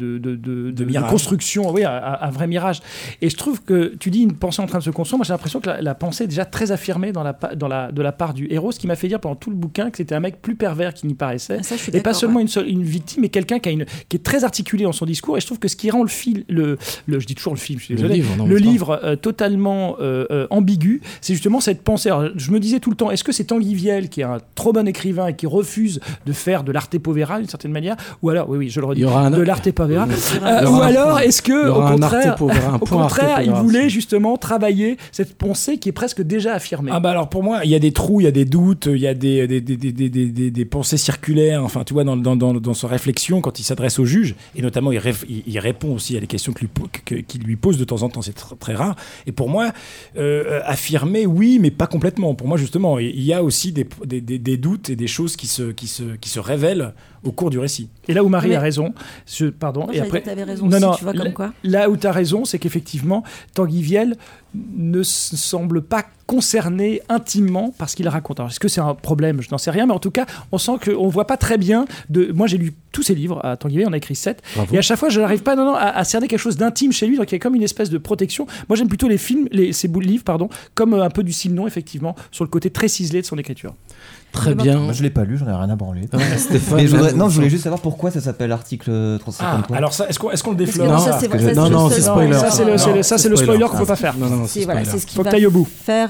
de construction, oui, un vrai mirage. Et je trouve que tu dis une pensée en train de se construire. Moi, j'ai l'impression que la pensée est déjà très affirmée de la part du héros, ce qui m'a fait dire pendant tout le bouquin que c'était un mec plus pervers qu'il n'y paraissait, et pas seulement une victime, mais quelqu'un qui est très articulé dans son discours. Et je trouve que ce qui rend je dis toujours le film, je suis désolé, le livre totalement ambigu, c'est justement cette pensée. Alors, je me disais tout le temps, est-ce que c'est Tanguy Viel qui est un trop bon écrivain et qui refuse de faire de l'arte povera d'une certaine manière, ou alors, oui, je le redis, de l'arte povera, ou alors est-ce que au contraire, il voulait justement travailler cette pensée qui est presque déjà affirmée. Ah bah alors pour moi, il y a des trous, il y a des doutes, il y a des pensées circulaires, enfin tu vois, dans sa réflexion quand il s'adresse au juge, et notamment il répond aussi à des questions qu'il lui pose de temps en temps, c'est très rare. Et pour moi, affirmer, oui, mais pas complètement. Pour moi, justement, il y a aussi des doutes et des choses qui se révèlent au cours du récit. Et là où Marie a raison, pardon. Moi, et après, tu avais raison aussi, tu vois, comme quoi. Là où tu as raison, c'est qu'effectivement, Tanguy Viel ne semble pas concerné intimement par ce qu'il raconte. Alors, est-ce que c'est un problème ? Je n'en sais rien, mais en tout cas, on sent qu'on ne voit pas très bien. Moi, j'ai lu tous ses livres à Tanguy Viel, on a écrit 7. Bravo. Et à chaque fois, je n'arrive pas à cerner quelque chose d'intime chez lui, donc il y a comme une espèce de protection. Moi, j'aime plutôt ces livres, comme un peu du Simenon, effectivement, sur le côté très ciselé de son écriture. Très bien. Moi, je l'ai pas lu, j'en ai rien à branler. Stéphane, mais je voulais juste savoir pourquoi ça s'appelle article 353. Alors ça, est-ce qu'on le déflore ? Non, c'est spoiler. Ça, c'est le spoiler qu'il faut pas faire. Non, c'est ce qu'il va faire.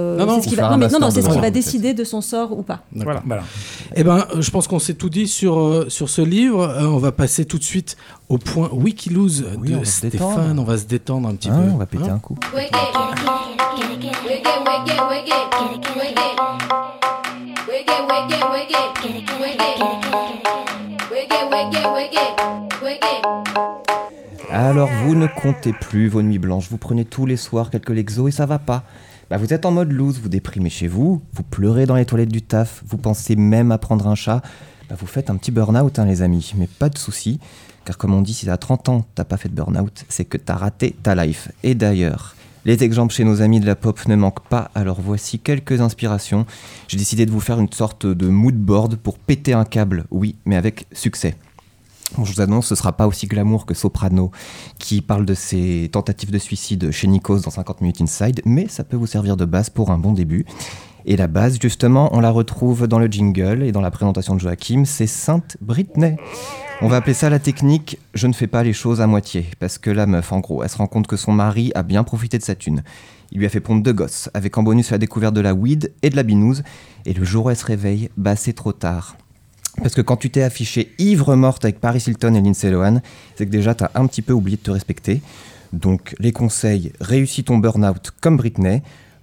C'est ce qu'il va décider de son sort ou pas. Voilà. Eh ben, je pense qu'on s'est tout dit sur ce livre. On va passer tout de suite au point Wikiloose de Stéphane. On va se détendre un petit peu. On va péter un coup. Alors vous ne comptez plus vos nuits blanches, vous prenez tous les soirs quelques Lexos et ça va pas. Vous êtes en mode loose, vous déprimez chez vous, vous pleurez dans les toilettes du taf, vous pensez même à prendre un chat. Vous faites un petit burn-out les amis, mais pas de soucis, car comme on dit, si t'as 30 ans, t'as pas fait de burn-out, c'est que t'as raté ta life. Et d'ailleurs, les exemples chez nos amis de la pop ne manquent pas, alors voici quelques inspirations. J'ai décidé de vous faire une sorte de mood board pour péter un câble, oui, mais avec succès. Bon, je vous annonce, ce sera pas aussi glamour que Soprano, qui parle de ses tentatives de suicide chez Nikos dans 50 Minutes Inside, mais ça peut vous servir de base pour un bon début. Et la base, justement, on la retrouve dans le jingle et dans la présentation de Joachim, c'est Sainte Britney. On va appeler ça la technique « je ne fais pas les choses à moitié », parce que la meuf, en gros, elle se rend compte que son mari a bien profité de sa thune. Il lui a fait pondre 2 gosses, avec en bonus la découverte de la weed et de la binouse, et le jour où elle se réveille, c'est trop tard. Parce que quand tu t'es affiché ivre morte avec Paris Hilton et Lindsay Lohan, c'est que déjà t'as un petit peu oublié de te respecter. Donc les conseils, réussis ton burn-out comme Britney,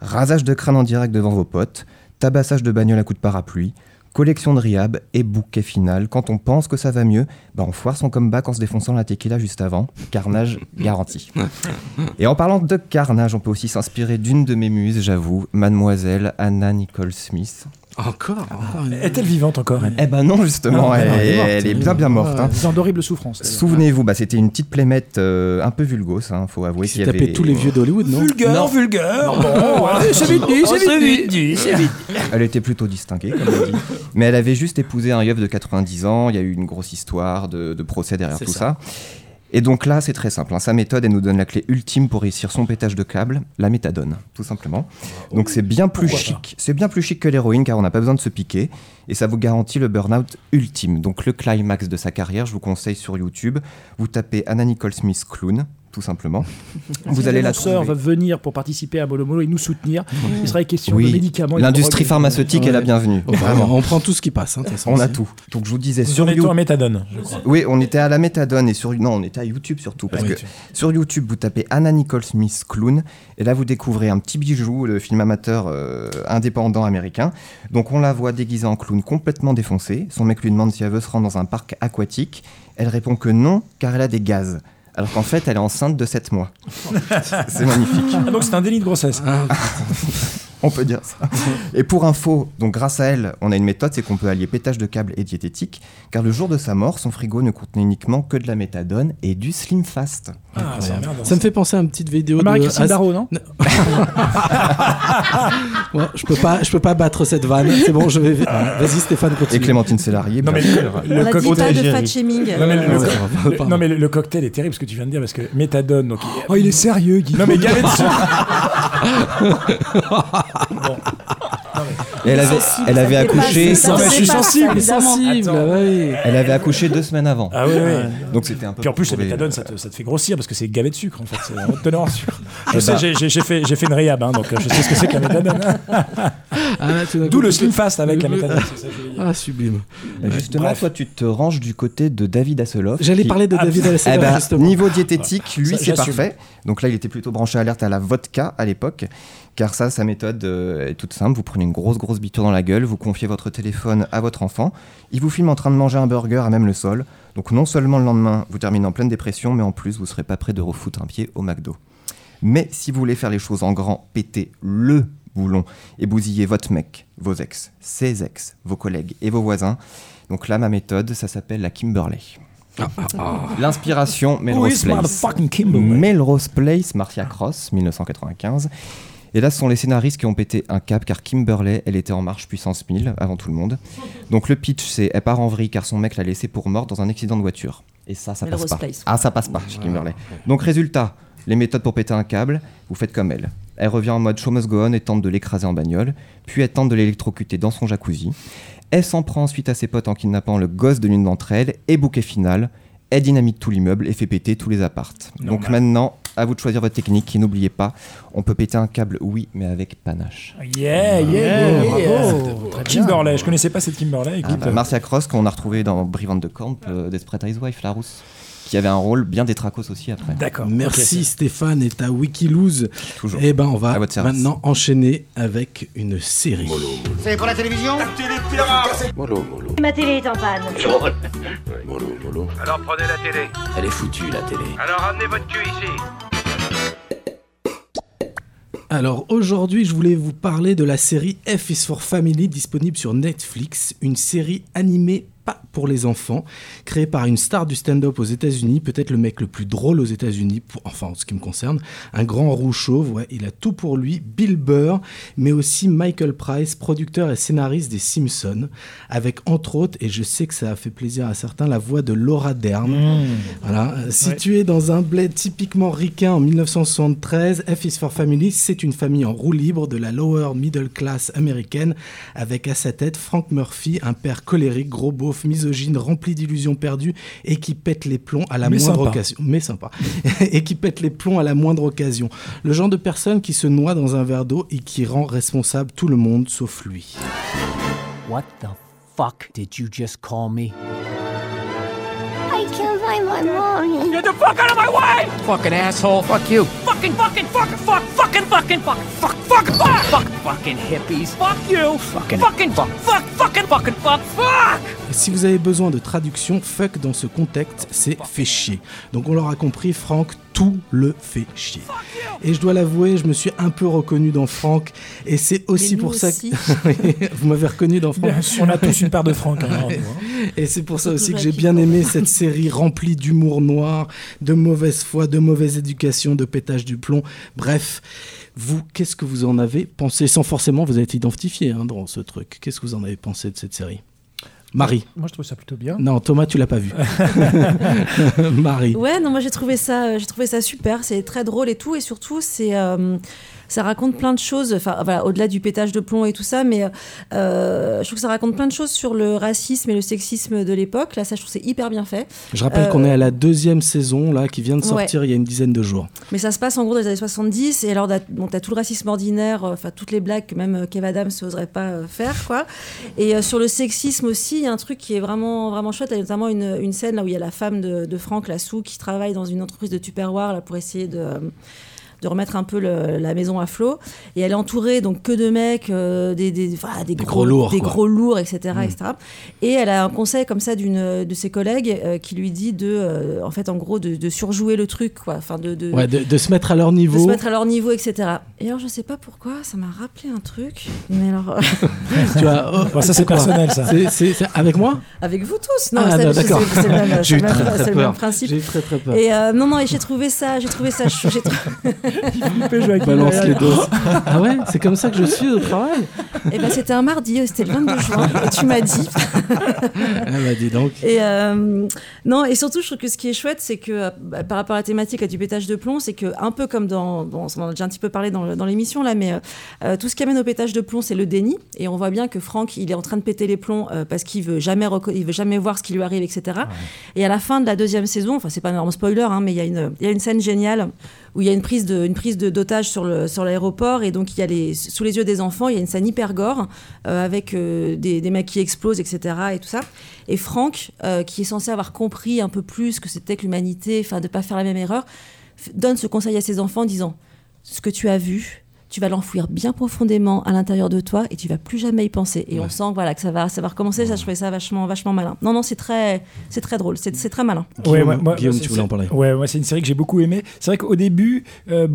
rasage de crâne en direct devant vos potes, tabassage de bagnole à coups de parapluie, collection de riab et bouquet final. Quand on pense que ça va mieux, on foire son comeback en se défonçant la tequila juste avant. Carnage garanti. Et en parlant de carnage, on peut aussi s'inspirer d'une de mes muses, j'avoue, mademoiselle Anna Nicole Smith. Encore Est-elle vivante encore elle Eh ben non, justement, elle est bien morte. Hein. C'est d'horribles souffrances. Souvenez-vous, c'était une petite plémette un peu vulgose, faut avouer qu'il y avait... tous les vieux d'Hollywood, non? Vulgaire Bon, c'est vite dit. Elle était plutôt distinguée, comme on dit. Mais elle avait juste épousé un yeuf de 90 ans, il y a eu une grosse histoire de procès derrière tout ça. Et donc là, c'est très simple. Sa méthode, elle nous donne la clé ultime pour réussir son pétage de câble, la méthadone, tout simplement. Donc c'est bien plus chic. C'est bien plus chic que l'héroïne, car on n'a pas besoin de se piquer. Et ça vous garantit le burn-out ultime. Donc le climax de sa carrière, je vous conseille sur YouTube. Vous tapez Anna Nicole Smith clown, tout simplement. Vous allez la trouver. va venir pour participer à Mollo Mollo et nous soutenir. Il sera question de médicaments. L'industrie pharmaceutique est la bienvenue. Vraiment. On prend tout ce qui passe. On a tout. Donc je vous disais sur YouTube. On était à méthadone, je crois. Oui, on était à la méthadone et on était à YouTube surtout. Parce que sur YouTube, vous tapez Anna Nicole Smith clown et là vous découvrez un petit bijou, le film amateur indépendant américain. Donc on la voit déguisée en clown complètement défoncée. Son mec lui demande si elle veut se rendre dans un parc aquatique. Elle répond que non, car elle a des gaz. Alors qu'en fait, elle est enceinte de 7 mois. C'est magnifique. Donc c'est un délit de grossesse. On peut dire ça. Et pour info, donc grâce à elle, on a une méthode, c'est qu'on peut allier pétage de câble et diététique, car le jour de sa mort, son frigo ne contenait uniquement que de la méthadone et du Slim Fast. Ça me fait penser à une petite vidéo de Darro, non? Je peux pas battre cette vanne. C'est bon, je vais. Vas-y, Stéphane, continue. Et Clémentine Sélarié. On a dit pas de fat shaming. Non mais le cocktail est terrible ce que tu viens de dire parce que méthadone. Donc il est sérieux, Guy. Non mais gavé de sucre. Et elle avait accouché. Je suis sensible. Elle avait accouché 2 semaines avant. Ah oui. Donc c'était un peu. Puis en plus, la méthadone, ça te fait grossir parce que c'est gavé de sucre en fait. C'est un haute teneur en sucre. Je sais, j'ai fait une réhab, donc je sais ce que c'est que la méthadone. D'où le Slim Fast avec la méthadone. Sublime. Justement, toi, tu te ranges du côté de David Hasselhoff. J'allais parler de David Hasselhoff justement. Niveau diététique, lui, c'est parfait. Donc là, il était plutôt branché alerte à la vodka à l'époque. Car sa méthode est toute simple. Vous prenez une grosse biture dans la gueule, vous confiez votre téléphone à votre enfant, il vous filme en train de manger un burger à même le sol. Donc non seulement le lendemain, vous terminez en pleine dépression, mais en plus, vous serez pas prêt de refoutre un pied au McDo. Mais si vous voulez faire les choses en grand, pétez le boulon et bousiller votre mec, vos ex, ses ex, vos collègues et vos voisins. Donc là, ma méthode, ça s'appelle la Kimberley. L'inspiration, Melrose Place. Melrose Place, Marcia Cross, 1995. Et là, ce sont les scénaristes qui ont pété un cap, car Kimberley, elle était en marche puissance 1000 avant tout le monde. Donc le pitch, c'est elle part en vrille car son mec l'a laissée pour morte dans un accident de voiture. Et ça passe pas. Ça passe pas chez Kimberley. Donc résultat, les méthodes pour péter un câble, vous faites comme elle. Elle revient en mode show must go on et tente de l'écraser en bagnole, puis elle tente de l'électrocuter dans son jacuzzi. Elle s'en prend ensuite à ses potes en kidnappant le gosse de l'une d'entre elles, et bouquet final, elle dynamite tout l'immeuble et fait péter tous les appartes. Donc maintenant, à vous de choisir votre technique et n'oubliez pas, on peut péter un câble, oui, mais avec panache. Bravo. Kimberley, je connaissais pas cette Kimberley. Marcia Cross, qu'on a retrouvé dans Brivante de Camp, Desperate Housewives, la rousse, qui avait un rôle bien détracos aussi après. D'accord. Merci Stéphane et ta Wikiloose. Toujours. Et on va maintenant enchaîner avec une série. C'est pour la télévision? Mollo. Ma télé est en panne. Mollo. Alors prenez la télé. Elle est foutue, la télé. Alors ramenez votre cul ici. Alors aujourd'hui, je voulais vous parler de la série F is for Family disponible sur Netflix, une série animée pas pour les enfants, créée par une star du stand-up aux États-Unis, peut-être le mec le plus drôle aux États-Unis, enfin en ce qui me concerne, un grand roux chauve, il a tout pour lui, Bill Burr, mais aussi Michael Price, producteur et scénariste des Simpsons, avec entre autres, et je sais que ça a fait plaisir à certains, la voix de Laura Dern. Située dans un bled typiquement ricain en 1973, F is for Family, c'est une famille en roue libre de la lower middle class américaine, avec à sa tête Frank Murphy, un père colérique, gros beauf, misogyne, rempli d'illusions perdues et qui pète les plombs à la moindre occasion. Mais sympa. Et qui pète les plombs à la moindre occasion. Le genre de personne qui se noie dans un verre d'eau et qui rend responsable tout le monde sauf lui. What the fuck did you just call me? I can't find my mommy. Get the fuck out of my way! Fucking asshole. Fuck you. Fuck fucking hippies. Fuck you. Fuck. Et si vous avez besoin de traduction, fuck dans ce contexte, c'est fait chier. Donc on l'aura compris, Franck, tout le fait chier. Et je dois l'avouer, je me suis un peu reconnu dans Franck, et c'est aussi pour ça que... Vous m'avez reconnu dans Franck. On a tous une part de Franck. Et c'est pour ça aussi que j'ai bien aimé cette série remplie d'humour noir, de mauvaise foi, de mauvaise éducation, de pétage du plomb. Bref, vous, qu'est-ce que vous en avez pensé? Sans forcément vous être identifié dans ce truc. Qu'est-ce que vous en avez pensé de cette série? Marie. Moi, je trouve ça plutôt bien. Non, Thomas, tu l'as pas vu. Marie. Ouais, non, moi j'ai trouvé ça super. C'est très drôle et tout, et surtout ça raconte plein de choses. Enfin, voilà, au-delà du pétage de plomb et tout ça, mais je trouve que ça raconte plein de choses sur le racisme et le sexisme de l'époque. Là, ça, je trouve que c'est hyper bien fait. Je rappelle qu'on est à la 2e saison là, qui vient de sortir il y a une dizaine de jours. Mais ça se passe en gros dans les années 70, et alors t'as tout le racisme ordinaire, enfin toutes les blagues que même Kev Adams n'oserait pas faire, quoi. Et sur le sexisme aussi, il y a un truc qui est vraiment, vraiment chouette. Il y a notamment une scène là où il y a la femme de Franck Lassou qui travaille dans une entreprise de Tupperware là, pour essayer de remettre un peu la maison à flot, et elle est entourée donc que de mecs, des gros lourds, etc., etc. Et elle a un conseil comme ça d'une de ses collègues qui lui dit en fait en gros de surjouer le truc, quoi, enfin de se mettre à leur niveau, etc. Et alors je sais pas pourquoi ça m'a rappelé un truc, mais alors tu vois, ça c'est personnel, ça. C'est avec moi, avec vous tous. Non, d'accord. C'est le même principe. J'ai eu très peur. Et non, et j'ai trouvé ça balance les doses. Ah ouais, c'est comme ça que je suis au travail. Et ben c'était un mardi, c'était le 22 juin, et tu m'as dit. Ah bah dis donc. Et non, et surtout je trouve que ce qui est chouette, c'est que par rapport à la thématique du pétage de plomb, c'est que un peu comme on en a déjà un petit peu parlé dans l'émission là, mais tout ce qui amène au pétage de plomb, c'est le déni, et on voit bien que Franck, il est en train de péter les plombs parce qu'il veut jamais voir ce qui lui arrive, etc. Ouais. Et à la fin de la 2e saison, enfin c'est pas un énorme spoiler, mais il y a une scène géniale où il y a une prise d'otage sur l'aéroport, et donc il y a sous les yeux des enfants, il y a une scène hyper gore avec des mecs qui explosent, etc. et tout ça. Et Franck, qui est censé avoir compris un peu plus que c'était que l'humanité, enfin de pas faire la même erreur, donne ce conseil à ses enfants en disant: ce que tu as vu, tu vas l'enfouir bien profondément à l'intérieur de toi et tu vas plus jamais y penser. Et on sent que ça va recommencer. Ça, je trouvais ça vachement malin. Non, c'est très drôle, c'est très malin. Guillaume, tu voulais en parler? Ouais, moi c'est une série que j'ai beaucoup aimée. C'est vrai qu'au début, la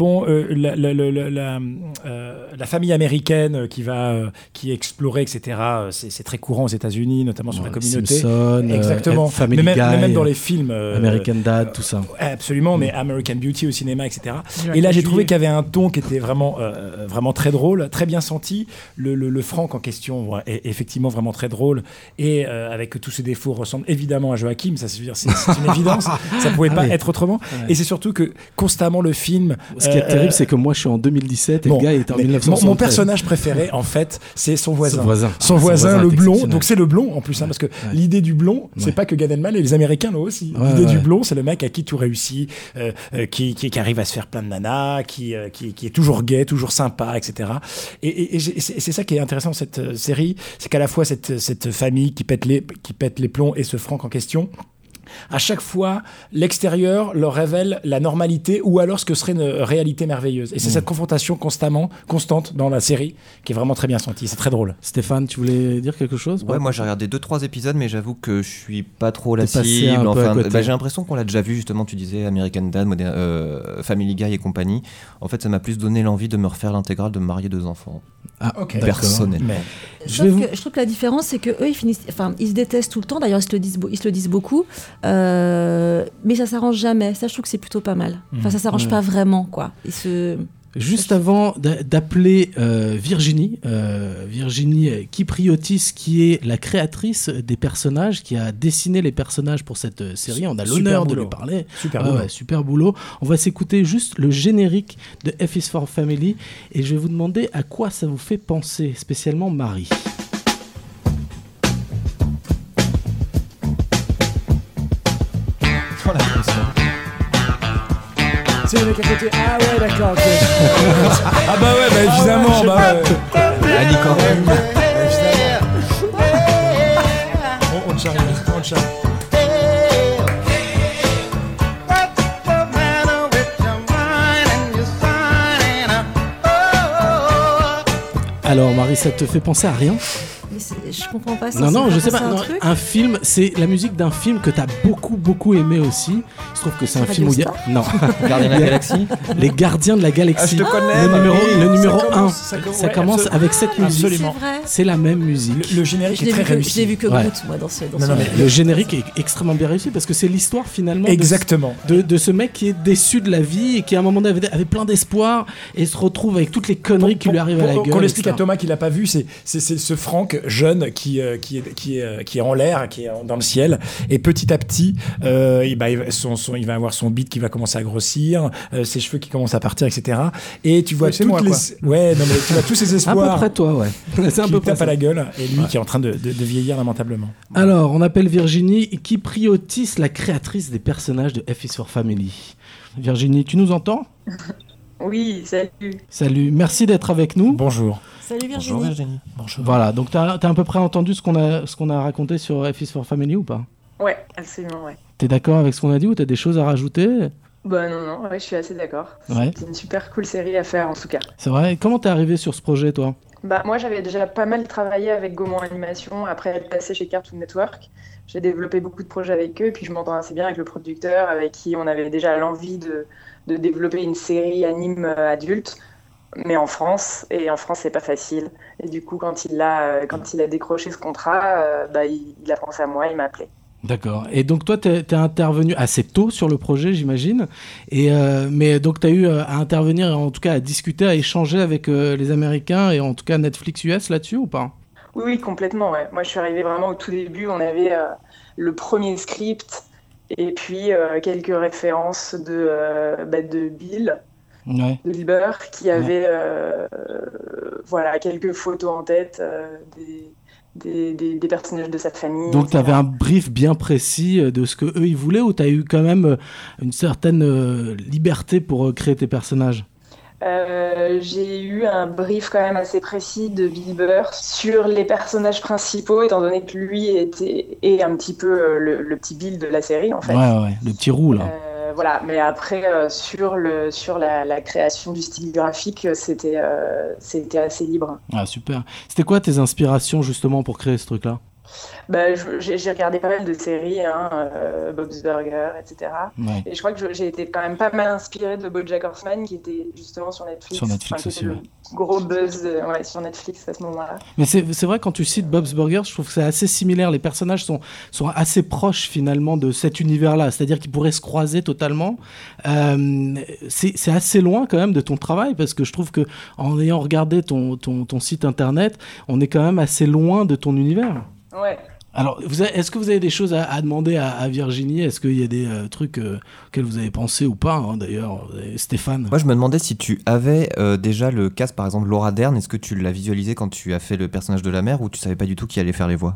famille américaine qui explorait, etc. C'est très courant aux États-Unis, notamment sur la communauté. Simpson, exactement. Family Guy, même dans les films. American Dad, tout ça. Absolument, mais American Beauty au cinéma, etc. Et là, j'ai trouvé qu'il y avait un ton qui était vraiment très drôle, très bien senti. Le Franck en question est effectivement vraiment très drôle, et avec tous ses défauts ressemble évidemment à Joachim, ça c'est une évidence, ça pouvait pas être autrement. Ouais. Et c'est surtout que constamment le film... Ce qui est terrible, c'est que moi je suis en 2017 et le gars est en 1973. Mon personnage préféré, en fait, c'est son voisin, le blond, donc c'est le blond en plus, parce que l'idée du blond, c'est pas que Gad Elmaleh, et les Américains l'ont aussi. L'idée du blond, c'est le mec à qui tout réussit, qui arrive à se faire plein de nanas, qui est toujours gai, toujours sympa, etc. Et c'est ça qui est intéressant dans cette série, c'est qu'à la fois cette famille qui pète les plombs et ce Franck en question, à chaque fois, l'extérieur leur révèle la normalité ou alors ce que serait une réalité merveilleuse. Et c'est cette confrontation constante dans la série qui est vraiment très bien sentie. C'est très drôle. Stéphane, tu voulais dire quelque chose? Ouais, moi j'ai regardé 2-3 épisodes, mais j'avoue que je suis pas trop la cible. Enfin, j'ai l'impression qu'on l'a déjà vu, justement, tu disais American Dad, Family Guy et compagnie. En fait, ça m'a plus donné l'envie de me refaire l'intégrale de Marier 2 enfants. Ah, ok. Personnellement. Je trouve que la différence, c'est que eux, ils se détestent tout le temps. D'ailleurs, ils se le disent beaucoup. Mais ça s'arrange jamais. Ça, je trouve que c'est plutôt pas mal. Enfin, ça s'arrange pas vraiment, quoi. Juste avant d'appeler Virginie Kypriotis, qui est la créatrice des personnages, qui a dessiné les personnages pour cette série, on a l'honneur de lui parler. Super boulot. On va s'écouter juste le générique de F is for Family, et je vais vous demander à quoi ça vous fait penser, spécialement Marie. C'est le mec à côté. Ah ouais, d'accord. Okay. Ah bah ouais, évidemment. Annie Corrin. On charge. Alors Marie, ça te fait penser à rien ? Mais je comprends pas. Non, je sais pas. Non, un film, c'est la musique d'un film que t'as beaucoup aimé aussi. Il se trouve que c'est un film où il y a... Non. Gardiens de la Galaxie. Les Gardiens de la Galaxie. Je te connais. Le numéro 1. Ça ouais, commence avec cette musique. Absolument. C'est la même musique. Le générique est très réussi. Je l'ai vu que Groot, moi, dans ce Le générique est extrêmement bien réussi parce que c'est l'histoire finalement exactement de ce mec qui est déçu de la vie et qui à un moment donné avait plein d'espoir et se retrouve avec toutes les conneries qui lui arrivent à la gueule. Qu'on l'explique à Thomas qui l'a pas vu, c'est ce Franck jeune qui est en l'air, qui est dans le ciel, et petit à petit il va avoir son bit qui va commencer à grossir, ses cheveux qui commencent à partir, etc. Et tu vois tu vois tous ces espoirs. À peu près toi, ouais. C'est un peu tape à la gueule, et lui qui est en train de vieillir lamentablement. Alors, on appelle Virginie qui priotise la créatrice des personnages de F is for Family. Virginie, tu nous entends ? Oui, salut. Salut, merci d'être avec nous. Bonjour. Salut Virginie. Bonjour Virginie. Bonjour. Voilà, donc t'as à peu près entendu ce qu'on a raconté sur F is for Family ou pas ? Ouais, absolument, ouais. T'es d'accord avec ce qu'on a dit ou t'as des choses à rajouter ? Bah non, ouais, je suis assez d'accord. Ouais. C'est une super cool série à faire en tout cas. C'est vrai. Comment t'es arrivé sur ce projet, toi ? Bah moi j'avais déjà pas mal travaillé avec Gaumont Animation après être passé chez Cartoon Network. J'ai développé beaucoup de projets avec eux et puis je m'entends assez bien avec le producteur avec qui on avait déjà l'envie de développer une série anime adulte. Mais en France, c'est pas facile. Et du coup, quand il a décroché ce contrat, il a pensé à moi, il m'a appelé. D'accord. Et donc toi, t'es intervenu assez tôt sur le projet, j'imagine. Mais donc t'as eu à intervenir, en tout cas à discuter, à échanger avec les Américains et en tout cas Netflix US là-dessus ou pas ? Oui, complètement. Ouais. Moi, je suis arrivée vraiment au tout début. On avait le premier script et puis quelques références de Bill. Ouais. De Lieber qui avait quelques photos en tête des personnages de sa famille. Donc tu avais un brief bien précis de ce que eux ils voulaient ou tu as eu quand même une certaine liberté pour créer tes personnages ? J'ai eu un brief quand même assez précis de Lieber sur les personnages principaux étant donné que lui est un petit peu le petit Bill de la série en fait. Ouais, le petit roux là. Voilà, mais après sur la création du style graphique, c'était assez libre. Ah super. C'était quoi tes inspirations justement pour créer ce truc-là ? J'ai regardé pas mal de séries, Bob's Burger, etc. Ouais. Et je crois que j'ai été quand même pas mal inspirée de BoJack Horseman, qui était justement sur Netflix. Sur Netflix aussi, le gros buzz sur Netflix à ce moment-là. Mais c'est vrai, quand tu cites Bob's Burger, je trouve que c'est assez similaire. Les personnages sont assez proches finalement de cet univers-là, c'est-à-dire qu'ils pourraient se croiser totalement. C'est assez loin quand même de ton travail, parce que je trouve qu'en ayant regardé ton site internet, on est quand même assez loin de ton univers. Ouais. Alors, est-ce que vous avez des choses à demander à Virginie ? Est-ce qu'il y a des trucs auxquels vous avez pensé ou pas, d'ailleurs, Stéphane ? Moi, je me demandais si tu avais déjà le cast, par exemple, Laura Dern. Est-ce que tu l'as visualisé quand tu as fait le personnage de la mère ou tu savais pas du tout qui allait faire les voix ?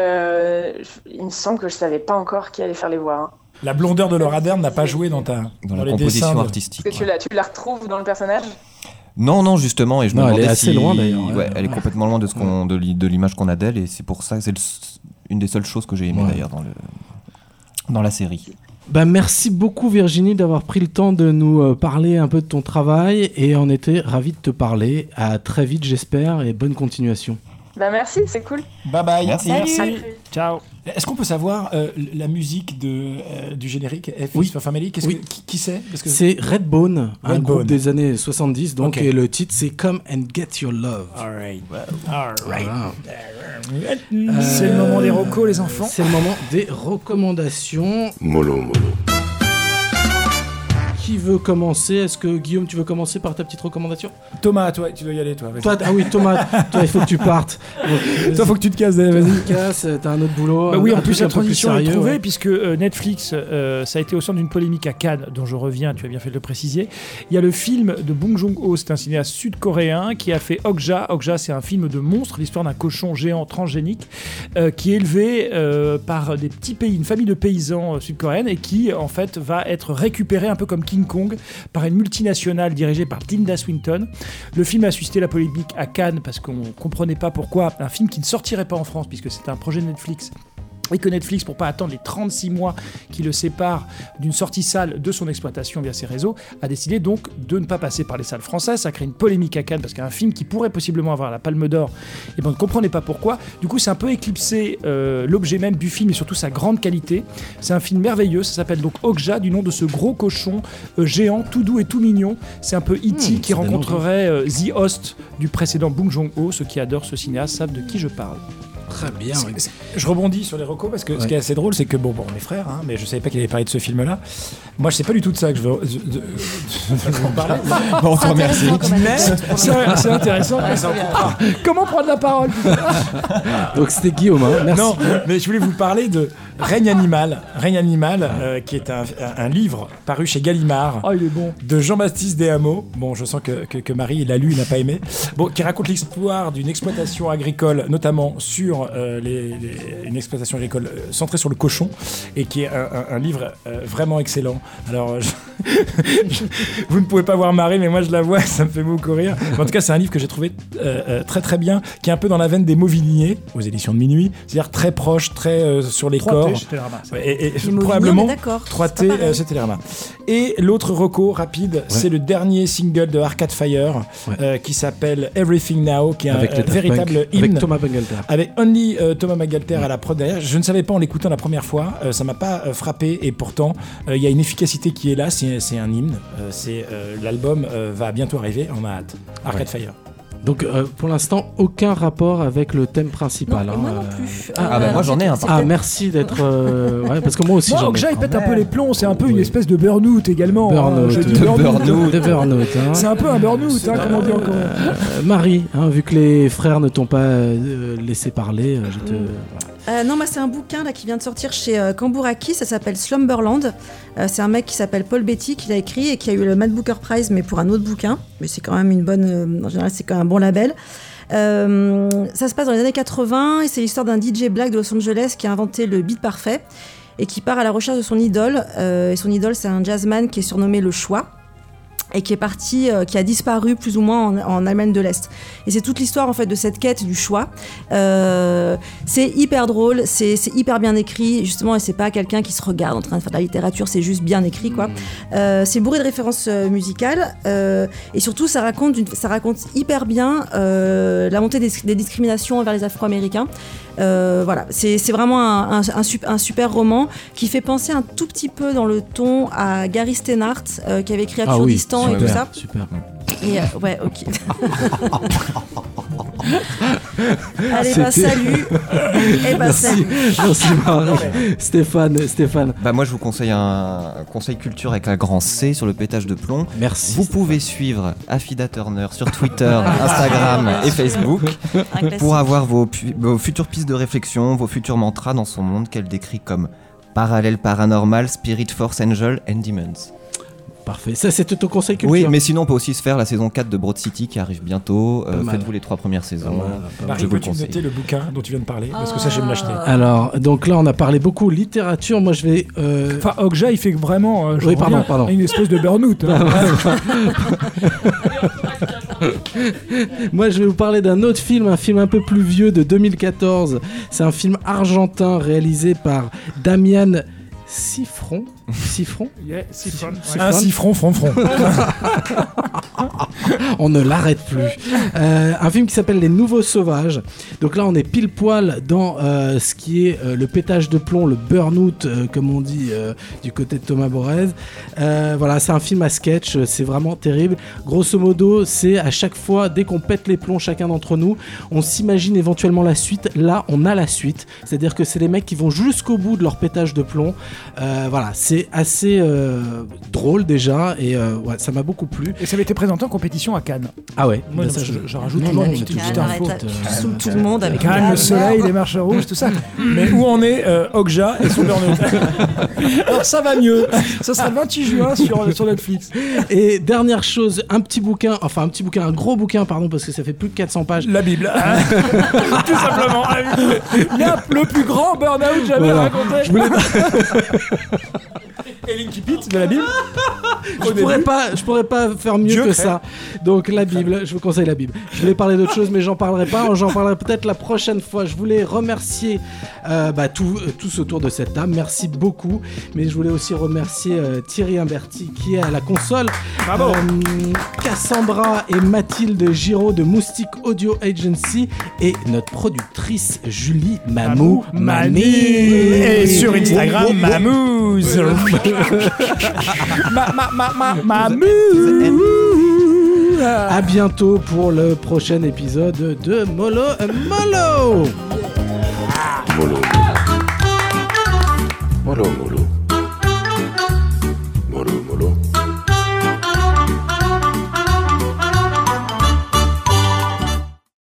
Il me semble que je savais pas encore qui allait faire les voix. Hein. La blondeur de Laura Dern n'a pas joué dans la les composition dessins artistique. Est-ce que tu la retrouves dans le personnage ? Non, justement, et je me demandais elle est assez loin d'ailleurs. Elle est complètement loin de l'image qu'on a d'elle, et c'est pour ça que c'est une des seules choses que j'ai aimé d'ailleurs dans la série. Merci beaucoup Virginie d'avoir pris le temps de nous parler un peu de ton travail, et on était ravis de te parler. À très vite j'espère, et bonne continuation. Merci, c'est cool. Bye bye. Merci. Ciao. Est-ce qu'on peut savoir la musique du générique F is for Family ? Qui c'est ? Parce que... C'est Redbone, un groupe des années 70, donc, et le titre c'est Come and Get Your Love. All right. C'est le moment des recos, les enfants. C'est le moment des recommandations. Mollo. Qui veut commencer ? Est-ce que Guillaume, tu veux commencer par ta petite recommandation ? Thomas, toi, tu dois y aller, toi. Thomas, toi, il faut que tu partes. Donc, toi, faut que tu te casses, vas-y. Tu te casses, t'as un autre boulot. Oui, en plus, la transition est trouvée, puisque Netflix, ça a été au centre d'une polémique à Cannes, dont je reviens, tu as bien fait de le préciser. Il y a le film de Bong Joon-ho, c'est un cinéaste sud-coréen, qui a fait Okja. Okja, c'est un film de monstre, l'histoire d'un cochon géant transgénique, qui est élevé par des petits pays, une famille de paysans sud-coréennes, et qui, en fait, va être récupéré un peu comme King Kong par une multinationale dirigée par Tilda Swinton. Le film a suscité la polémique à Cannes parce qu'on ne comprenait pas pourquoi un film qui ne sortirait pas en France, puisque c'était un projet de Netflix, et que Netflix, pour pas attendre les 36 mois qui le séparent d'une sortie salle de son exploitation via ses réseaux, a décidé donc de ne pas passer par les salles françaises. Ça a créé une polémique à Cannes parce qu'un film qui pourrait possiblement avoir la Palme d'Or, et ben on ne comprenait pas pourquoi. Du coup, c'est un peu éclipsé l'objet même du film et surtout sa grande qualité. C'est un film merveilleux, ça s'appelle donc Okja, du nom de ce gros cochon géant, tout doux et tout mignon. C'est un peu E.T. qui rencontrerait The Host du précédent Bong Joon-ho. Ceux qui adorent ce cinéaste savent de qui je parle. Très bien. Je rebondis sur les recos parce que ce qui est assez drôle, c'est que bon, on est frères, hein, mais je savais pas qu'il avait parlé de ce film-là. Moi, je sais pas du tout de ça que je veux en parler. Bon, on te remercie. Mais c'est intéressant. Comment prendre la parole? Donc c'était Guillaume, hein. Merci. Non, mais je voulais vous parler de Règne Animal, qui est un livre paru chez Gallimard. Oh, il est bon. De Jean-Baptiste Deshameaux. Bon, je sens que Marie l'a lu, il n'a pas aimé. Bon, qui raconte l'histoire d'une exploitation agricole, notamment sur une exploitation agricole centrée sur le cochon, et qui est un livre vraiment excellent. Alors, vous ne pouvez pas voir Marie, mais moi je la vois, ça me fait beaucoup rire. Mais en tout cas, c'est un livre que j'ai trouvé très très bien, qui est un peu dans la veine des Mauvigniers, aux éditions de Minuit, c'est-à-dire très proche, très sur les corps. Et probablement 3T, c'est Télérama. Et l'autre reco rapide, c'est le dernier single de Arcade Fire, qui s'appelle Everything Now, qui est un véritable hymne. Avec Thomas Bangalter. Avec Thomas Bangalter à la prod derrière. Je ne savais pas en l'écoutant la première fois, ça m'a pas frappé, et pourtant il y a une efficacité qui est là, c'est un hymne. L'album va bientôt arriver, on a hâte. Arcade Fire. Donc pour l'instant, aucun rapport avec le thème principal. Non, moi non plus. Moi j'en ai un. Merci d'être. parce que moi aussi. Moi, Okja, il pète un peu les plombs. C'est un peu une espèce de burn-out également. Burn-out. C'est un peu un burn-out, comme on dit encore. Marie, vu que les frères ne t'ont pas laissé parler, je te. Non, moi c'est un bouquin là qui vient de sortir chez Cambouraki, ça s'appelle Slumberland. C'est un mec qui s'appelle Paul Beatty qui l'a écrit et qui a eu le Matt Booker Prize, mais pour un autre bouquin. Mais c'est quand même une bonne. En général, c'est quand même un bon label. Ça se passe dans les années 80 et c'est l'histoire d'un DJ black de Los Angeles qui a inventé le beat parfait et qui part à la recherche de son idole. Et son idole, c'est un jazzman qui est surnommé le Choix, et qui est parti, qui a disparu plus ou moins en Allemagne de l'Est. Et c'est toute l'histoire en fait de cette quête du choix. C'est hyper drôle, c'est hyper bien écrit justement, et c'est pas quelqu'un qui se regarde en train de faire de la littérature, c'est juste bien écrit quoi. C'est bourré de références musicales et surtout ça raconte hyper bien la montée des discriminations envers les Afro-Américains. Voilà, c'est vraiment un super roman qui fait penser un tout petit peu dans le ton à Gary Steinhardt qui avait écrit Absurdistan et tout ça. Super. Et ouais, ok. Allez, salut. Salut. Merci Marie. Stéphane. Moi je vous conseille un conseil culture avec un grand C sur le pétage de plomb. Merci. Vous pouvez suivre Affida Turner sur Twitter, Instagram et Facebook pour avoir vos futures pistes de réflexion, vos futurs mantras dans son monde qu'elle décrit comme parallèle paranormal, spirit force angel and demons. Parfait, ça c'est ton conseil culture. Oui, mais sinon on peut aussi se faire la saison 4 de Broad City qui arrive bientôt. Faites-vous les 3 premières saisons. Marie, peux-tu noter le bouquin dont tu viens de parler? Parce que ça, je vais me l'acheter. Alors, donc là on a parlé beaucoup littérature, moi je vais... Enfin, Okja il fait vraiment pardon. une espèce de burn-out. Moi je vais vous parler d'un autre film, un film un peu plus vieux de 2014. C'est un film argentin réalisé par Damian Siffron. Yeah, Siffron. Un siffron, front. On ne l'arrête plus. Un film qui s'appelle Les Nouveaux Sauvages. Donc là, on est pile poil dans ce qui est le pétage de plomb, le burn-out, comme on dit du côté de Thomas Borez. Voilà, c'est un film à sketch, c'est vraiment terrible. Grosso modo, c'est à chaque fois, dès qu'on pète les plombs, chacun d'entre nous, on s'imagine éventuellement la suite. Là, on a la suite. C'est-à-dire que c'est les mecs qui vont jusqu'au bout de leur pétage de plomb. Voilà, c'est assez drôle déjà et ouais, ça m'a beaucoup plu. Et ça avait été présenté en compétition à Cannes. Ah ouais. Moi, ça, je rajoute toujours une petite info. Sous tout le monde avec Cannes, le soleil, les marches rouges, tout ça. Mais où en est Okja et son burn-out? Alors ça va mieux. Ça sera le 28 juin sur Netflix. Et dernière chose, un gros bouquin, pardon, parce que ça fait plus de 400 pages. La Bible. Tout simplement. Le plus grand burn-out jamais raconté. Et l'Incipit de la Bible. Je pourrais pas faire mieux Dieu que crée. ça. Donc la Bible, je vous conseille la Bible. Je voulais parler d'autre chose, mais j'en parlerai pas. J'en parlerai peut-être la prochaine fois. Je voulais remercier tous autour de cette table. Merci beaucoup. Mais je voulais aussi remercier Thierry Imberti qui est à la console. Bravo. Cassandra et Mathilde Giraud de Moustique Audio Agency et notre productrice Julie Mamou Mani. Et sur Instagram, Mamouze. Mamouze. À bientôt pour le prochain épisode de Molo Molo.